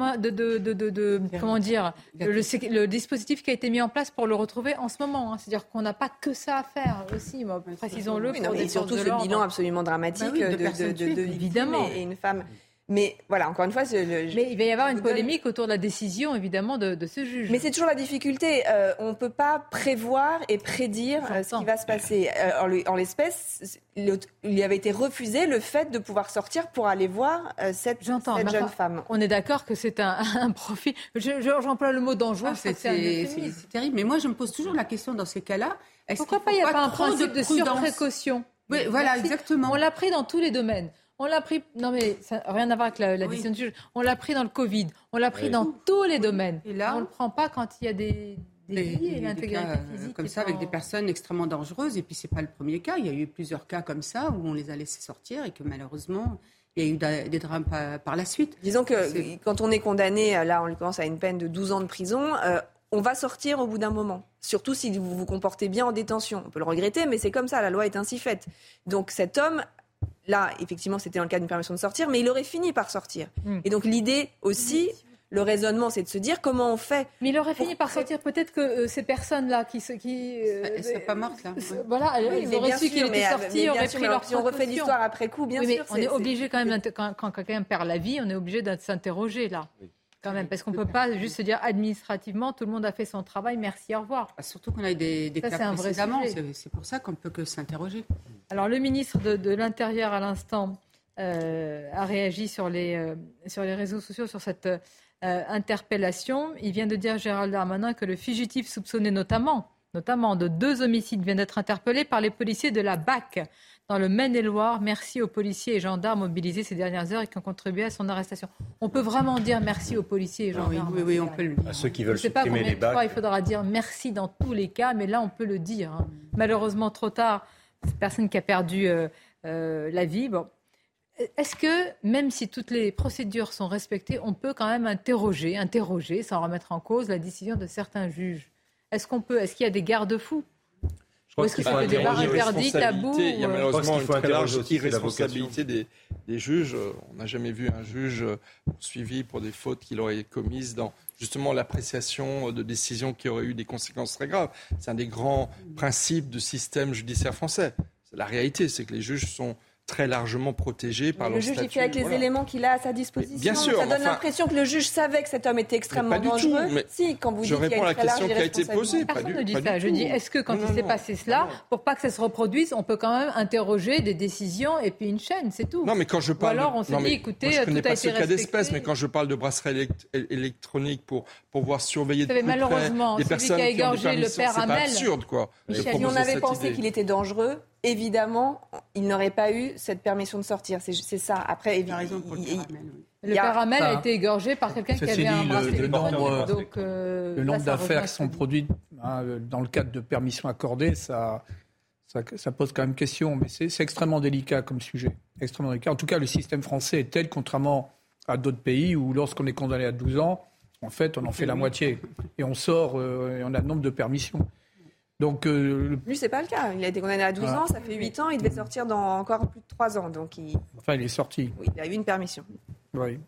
le dispositif qui a été mis en place pour le retrouver en ce moment. Hein. C'est-à-dire qu'on n'a pas que ça à faire aussi, précisons-le. Et surtout ce bilan absolument dramatique de évidemment et une femme. Mais voilà, encore une fois... Mais il va y avoir une polémique autour de la décision, évidemment, de ce juge. Mais c'est toujours la difficulté. On ne peut pas prévoir et prédire ce qui va se passer. En l'espèce, il lui avait été refusé le fait de pouvoir sortir pour aller voir cette jeune femme. On est d'accord que c'est un profil... J'emploie le mot dangereux. C'est terrible. Mais moi, je me pose toujours la question dans ces cas-là. Pourquoi il n'y a pas un principe de surprécaution ? Oui, voilà, exactement. On l'a pris dans tous les domaines. On l'a pris, non mais ça n'a rien à voir avec la décision du juge. On l'a pris dans le Covid, on l'a pris dans tous les domaines. Et là, on ne le prend pas quand il y a des vies et l'intégrité physique. Comme ça, avec des personnes extrêmement dangereuses. Et puis, ce n'est pas le premier cas. Il y a eu plusieurs cas comme ça où on les a laissés sortir et que malheureusement, il y a eu des drames par la suite. Disons que quand on est condamné, là, on commence à une peine de 12 ans de prison, on va sortir au bout d'un moment. Surtout si vous vous comportez bien en détention. On peut le regretter, mais c'est comme ça, la loi est ainsi faite. Donc cet homme... Là, effectivement, c'était dans le cadre d'une permission de sortir, mais il aurait fini par sortir. Et donc l'idée aussi, le raisonnement, c'est de se dire comment on fait. Mais il aurait fini par sortir. Peut-être que ces personnes-là qui elles ne seraient pas mortes là. Voilà, elles auraient su qu'il était sorti, auraient pris leur précaution. Si on refait l'histoire après coup, bien sûr. On est obligé quand même, quand quelqu'un perd la vie, on est obligé de s'interroger là. Quand même, parce qu'on ne peut pas juste se dire administrativement, tout le monde a fait son travail, merci, au revoir. Surtout qu'on a eu des cas précédemment, c'est pour ça qu'on ne peut que s'interroger. Alors le ministre de l'Intérieur, à l'instant, a réagi sur les réseaux sociaux sur cette interpellation. Il vient de dire, Gérald Darmanin, que le fugitif soupçonné notamment de 2 homicides vient d'être interpellé par les policiers de la BAC dans le Maine-et-Loire. Merci aux policiers et gendarmes mobilisés ces dernières heures et qui ont contribué à son arrestation. On peut vraiment dire merci aux policiers et gendarmes. Oui, on peut le dire. À ceux qui veulent supprimer les bacs. Je ne sais pas combien de fois il faudra dire merci dans tous les cas, mais là on peut le dire. Hein. Malheureusement trop tard, cette personne qui a perdu la vie. Bon. Est-ce que, même si toutes les procédures sont respectées, on peut quand même interroger, sans remettre en cause la décision de certains juges ? Est-ce qu'il y a des garde-fous ? Ou est-ce que c'est des débats interdits, tabous ? Il y a malheureusement une très large irresponsabilité des juges. On n'a jamais vu un juge poursuivi pour des fautes qu'il aurait commises dans justement l'appréciation de décisions qui auraient eu des conséquences très graves. C'est un des grands principes du système judiciaire français. La réalité, c'est que les juges sont très largement protégé par leur statut. Le juge, il fait avec les éléments qu'il a à sa disposition. Bien sûr, ça donne l'impression que le juge savait que cet homme était extrêmement dangereux. Mais si, quand vous je réponds à la question qui a été posée. Personne ne dit ça. Je dis, est-ce que quand il s'est passé cela, pour pas que ça se reproduise, on peut quand même interroger des décisions et puis une chaîne, c'est tout. Non, mais quand je parle, ou alors on se dit, écoutez, moi, je connais tout a pas été ce cas respecté. d'espèce, mais quand je parle de bracelet électronique pour pouvoir surveiller de plus malheureusement, près des personnes qui a qui ont des égorgé le père permissions, c'est pas Hamel. absurde, quoi. Si on avait pensé qu'il était dangereux, évidemment, il n'aurait pas eu cette permission de sortir. C'est ça. Après, il a raison pour le père Hamel. Le père Hamel a été égorgé par quelqu'un qui avait un bracelet électronique. Le nombre d'affaires qui sont produites dans le cadre de permissions accordées, ça pose quand même question. Mais c'est extrêmement délicat comme sujet. Extrêmement délicat. En tout cas, le système français est tel, contrairement à d'autres pays, où lorsqu'on est condamné à 12 ans, en fait, on en fait la moitié. Et on sort et on a le nombre de permissions. Donc, lui, c'est pas le cas. Il a été condamné à 12 ans, ça fait 8 ans, il devait sortir dans encore plus de 3 ans. Donc Enfin, il est sorti. Oui, il a eu une permission. Oui.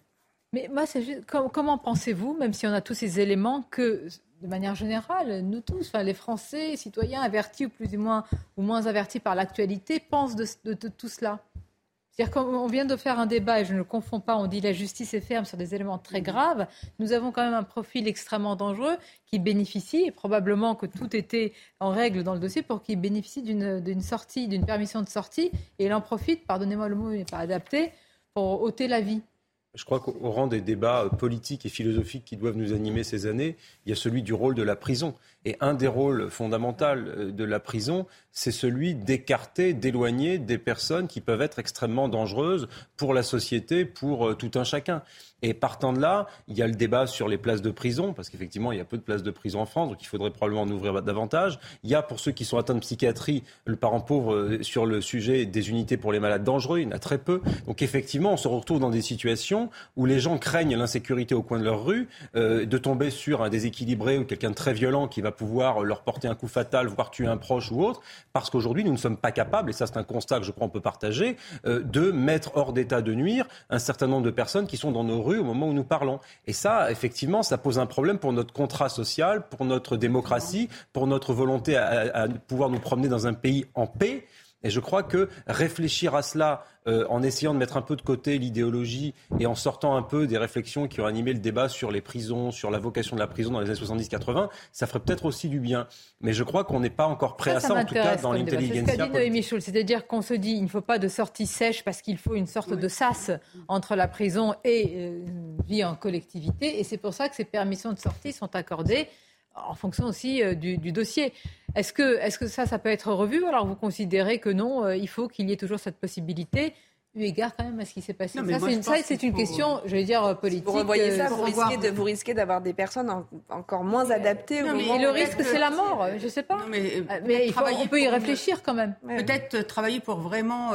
Mais moi, c'est juste, comment pensez-vous, même si on a tous ces éléments, que de manière générale, nous tous, les Français, citoyens avertis ou plus ou moins avertis par l'actualité, pensent de tout cela? C'est-à-dire qu'on vient de faire un débat, et je ne le confonds pas, on dit la justice est ferme sur des éléments très graves. Nous avons quand même un profil extrêmement dangereux qui bénéficie, et probablement que tout était en règle dans le dossier pour qu'il bénéficie d'une sortie, d'une permission de sortie, et il en profite, pardonnez-moi le mot, il n'est pas adapté, pour ôter la vie. Je crois qu'au rang des débats politiques et philosophiques qui doivent nous animer ces années, il y a celui du rôle de la prison. Et un des rôles fondamentaux de la prison, c'est celui d'écarter, d'éloigner des personnes qui peuvent être extrêmement dangereuses pour la société, pour tout un chacun. Et partant de là, il y a le débat sur les places de prison, parce qu'effectivement, il y a peu de places de prison en France, donc il faudrait probablement en ouvrir davantage. Il y a, pour ceux qui sont atteints de psychiatrie, le parent pauvre sur le sujet des unités pour les malades dangereux, il y en a très peu. Donc effectivement, on se retrouve dans des situations où les gens craignent l'insécurité au coin de leur rue, de tomber sur un déséquilibré ou quelqu'un de très violent qui va pouvoir leur porter un coup fatal, voire tuer un proche ou autre, parce qu'aujourd'hui, nous ne sommes pas capables, et ça c'est un constat que je crois on peut partager, de mettre hors d'état de nuire un certain nombre de personnes qui sont dans nos rues au moment où nous parlons. Et ça, effectivement, ça pose un problème pour notre contrat social, pour notre démocratie, pour notre volonté à pouvoir nous promener dans un pays en paix. Et je crois que réfléchir à cela en essayant de mettre un peu de côté l'idéologie et en sortant un peu des réflexions qui ont animé le débat sur les prisons, sur la vocation de la prison dans les années 70-80, ça ferait peut-être aussi du bien. Mais je crois qu'on n'est pas encore prêt à ça, en tout cas dans l'intelligentsia. C'est ce qu'a dit Noémie Schulz, c'est-à-dire qu'on se dit qu'il ne faut pas de sortie sèche parce qu'il faut une sorte de sas entre la prison et une vie en collectivité. Et c'est pour ça que ces permissions de sortie sont accordées en fonction aussi du dossier. Est-ce que ça peut être revu, ou alors vous considérez que non, il faut qu'il y ait toujours cette possibilité, eu égard quand même à ce qui s'est passé? C'est une question, je vais dire, politique. Vous revoyez ça, vous risquez d'avoir des personnes encore moins adaptées. Et le risque, c'est la mort, je ne sais pas. Non, mais on peut y réfléchir quand même. Peut-être travailler pour vraiment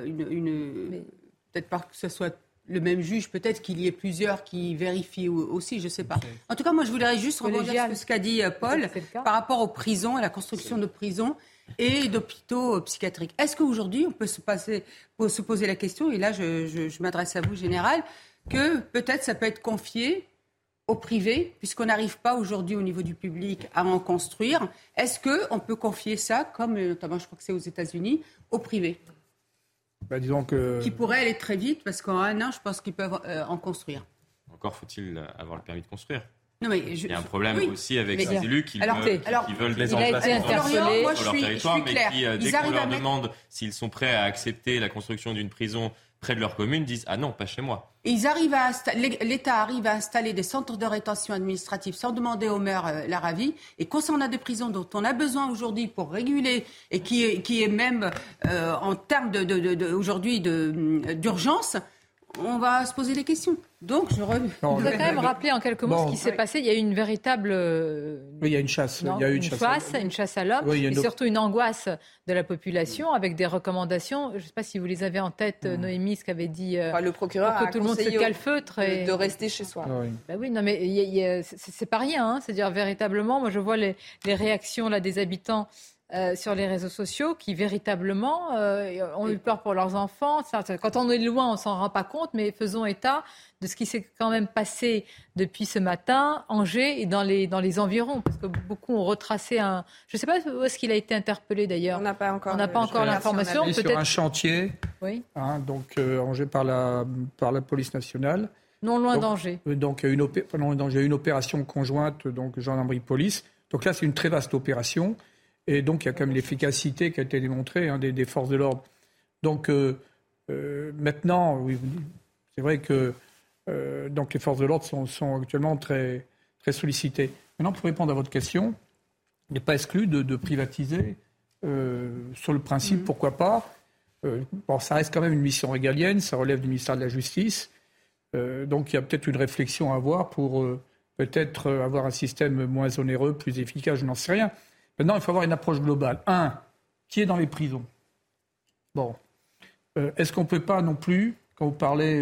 peut-être pas que ce soit le même juge, peut-être qu'il y ait plusieurs qui vérifient aussi, je ne sais pas. En tout cas, moi, je voudrais juste rebondir sur ce qu'a dit Paul par rapport aux prisons, à la construction de prisons et d'hôpitaux psychiatriques. Est-ce qu'aujourd'hui, on peut se poser la question, et là, je m'adresse à vous, Général, que peut-être ça peut être confié au privé, puisqu'on n'arrive pas aujourd'hui au niveau du public à en construire. Est-ce qu'on peut confier ça, comme notamment, je crois que c'est aux États-Unis, au privé ? Disons que... Qui pourrait aller très vite, parce qu'en un an, je pense qu'ils peuvent en construire. Encore faut-il avoir le permis de construire. Non, mais il y a un problème aussi avec ces élus qui veulent des emplacements sur leur territoire, mais qui, dès qu'on leur demande s'ils sont prêts à accepter la construction d'une prison près de leur commune, disent « Ah non, pas chez moi ». Et l'État arrive à installer des centres de rétention administrative sans demander au maire l'avis. Et quand on a des prisons dont on a besoin aujourd'hui pour réguler et qui est même en termes aujourd'hui d'urgence, on va se poser des questions. Donc, je voudrais quand même rappeler en quelques mots ce qui s'est passé. Il y a eu une véritable... Oui, il y a une chasse. Une chasse à l'homme, et surtout une angoisse de la population avec des recommandations. Je ne sais pas si vous les avez en tête, Noémie, ce qu'avait dit le procureur, que tout le monde se calfeutre. De rester chez soi. Oui, non, mais c'est pas rien. Hein. C'est-à-dire, véritablement, moi, je vois les réactions là, des habitants sur les réseaux sociaux qui véritablement ont eu peur pour leurs enfants. Quand on est loin, on ne s'en rend pas compte, mais faisons état de ce qui s'est quand même passé depuis ce matin, Angers et dans les environs, parce que beaucoup ont retracé un... Je ne sais pas où est-ce qu'il a été interpellé d'ailleurs. On n'a pas encore l'information. Peut-être sur un chantier, oui. Donc Angers par la police nationale. Non loin d'Angers. Donc il y a une opération conjointe, donc gendarmerie-police. Donc là, c'est une très vaste opération. Et donc, il y a quand même l'efficacité qui a été démontrée des forces de l'ordre. Donc, maintenant, oui, c'est vrai que donc les forces de l'ordre sont actuellement très, très sollicitées. Maintenant, pour répondre à votre question, il n'est pas exclu de privatiser sur le principe, pourquoi pas. Ça reste quand même une mission régalienne, ça relève du ministère de la Justice. Donc, il y a peut-être une réflexion à avoir pour peut-être avoir un système moins onéreux, plus efficace, je n'en sais rien. Maintenant, il faut avoir une approche globale. Qui est dans les prisons ? Bon. Est-ce qu'on ne peut pas non plus, quand vous parlez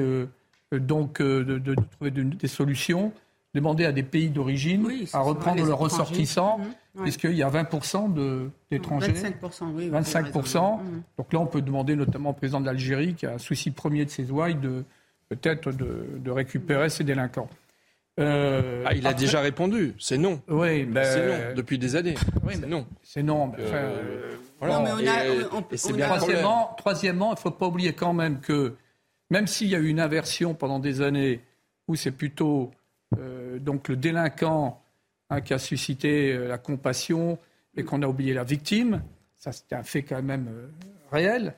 de trouver des solutions, demander à des pays d'origine à reprendre leurs ressortissants, puisqu'il y a 20% d'étrangers. 25%, oui. 25%. Donc là, on peut demander notamment au président de l'Algérie, qui a un souci premier de ses ouailles, peut-être de récupérer ces délinquants. Il a déjà répondu, c'est non. Oui, c'est non, depuis des années. Oui, c'est non. C'est non. Voilà. Non, mais troisièmement, il ne faut pas oublier quand même que, même s'il y a eu une inversion pendant des années, où c'est plutôt donc le délinquant qui a suscité la compassion et qu'on a oublié la victime, ça c'était un fait quand même réel,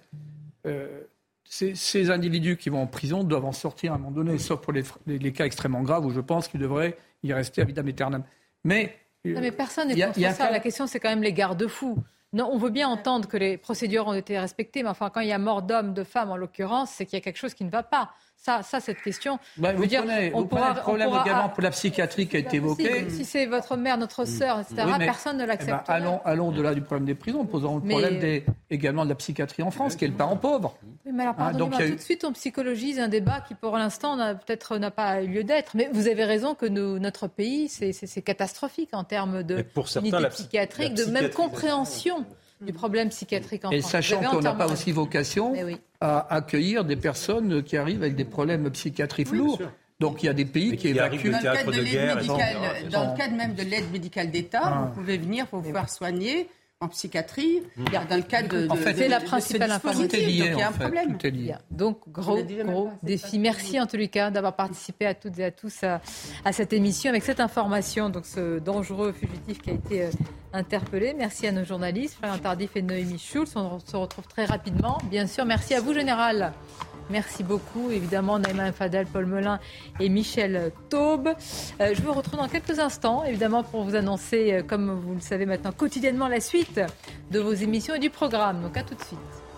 ces individus qui vont en prison doivent en sortir à un moment donné, sauf pour les cas extrêmement graves où je pense qu'ils devraient y rester à vitam aeternam. Mais personne n'est contre ça. La question, c'est quand même les garde-fous. Non, on veut bien entendre que les procédures ont été respectées, mais enfin, quand il y a mort d'hommes, de femmes en l'occurrence, c'est qu'il y a quelque chose qui ne va pas. Ça cette question. Vous prenez le problème également pour la psychiatrie qui a été évoqué. Si c'est votre mère, notre sœur, etc., personne ne l'accepte. Allons au-delà du problème des prisons, posons le problème également de la psychiatrie en France, qui est le parent pauvre. Oui, mais alors, pardonnez-moi, tout de suite, on psychologise un débat qui, pour l'instant, n'a eu lieu d'être. Mais vous avez raison que notre pays, c'est catastrophique en termes de unité psychiatrique, de même compréhension du problème psychiatrique en France. Et sachant qu'on n'a pas aussi vocation à accueillir des personnes qui arrivent avec des problèmes psychiatriques lourds. Donc il y a des pays qui évacuent. Dans le cadre même de l'aide médicale d'État, vous pouvez venir pour vous faire soigner en psychiatrie. Dans le cadre c'est la principale information. Tout est lié, donc il y a un problème. Donc gros défi. Merci en tous les cas d'avoir participé à toutes et à tous à cette émission avec cette information. Donc ce dangereux fugitif qui a été interpellé. Merci à nos journalistes, Florian Tardif et Noémie Schulz. On se retrouve très rapidement. Bien sûr, merci à vous, Général. Merci beaucoup. Évidemment, Naïma Fadel, Paul Melun et Michel Taube. Je vous retrouve dans quelques instants, évidemment, pour vous annoncer, comme vous le savez maintenant, quotidiennement la suite de vos émissions et du programme. Donc à tout de suite.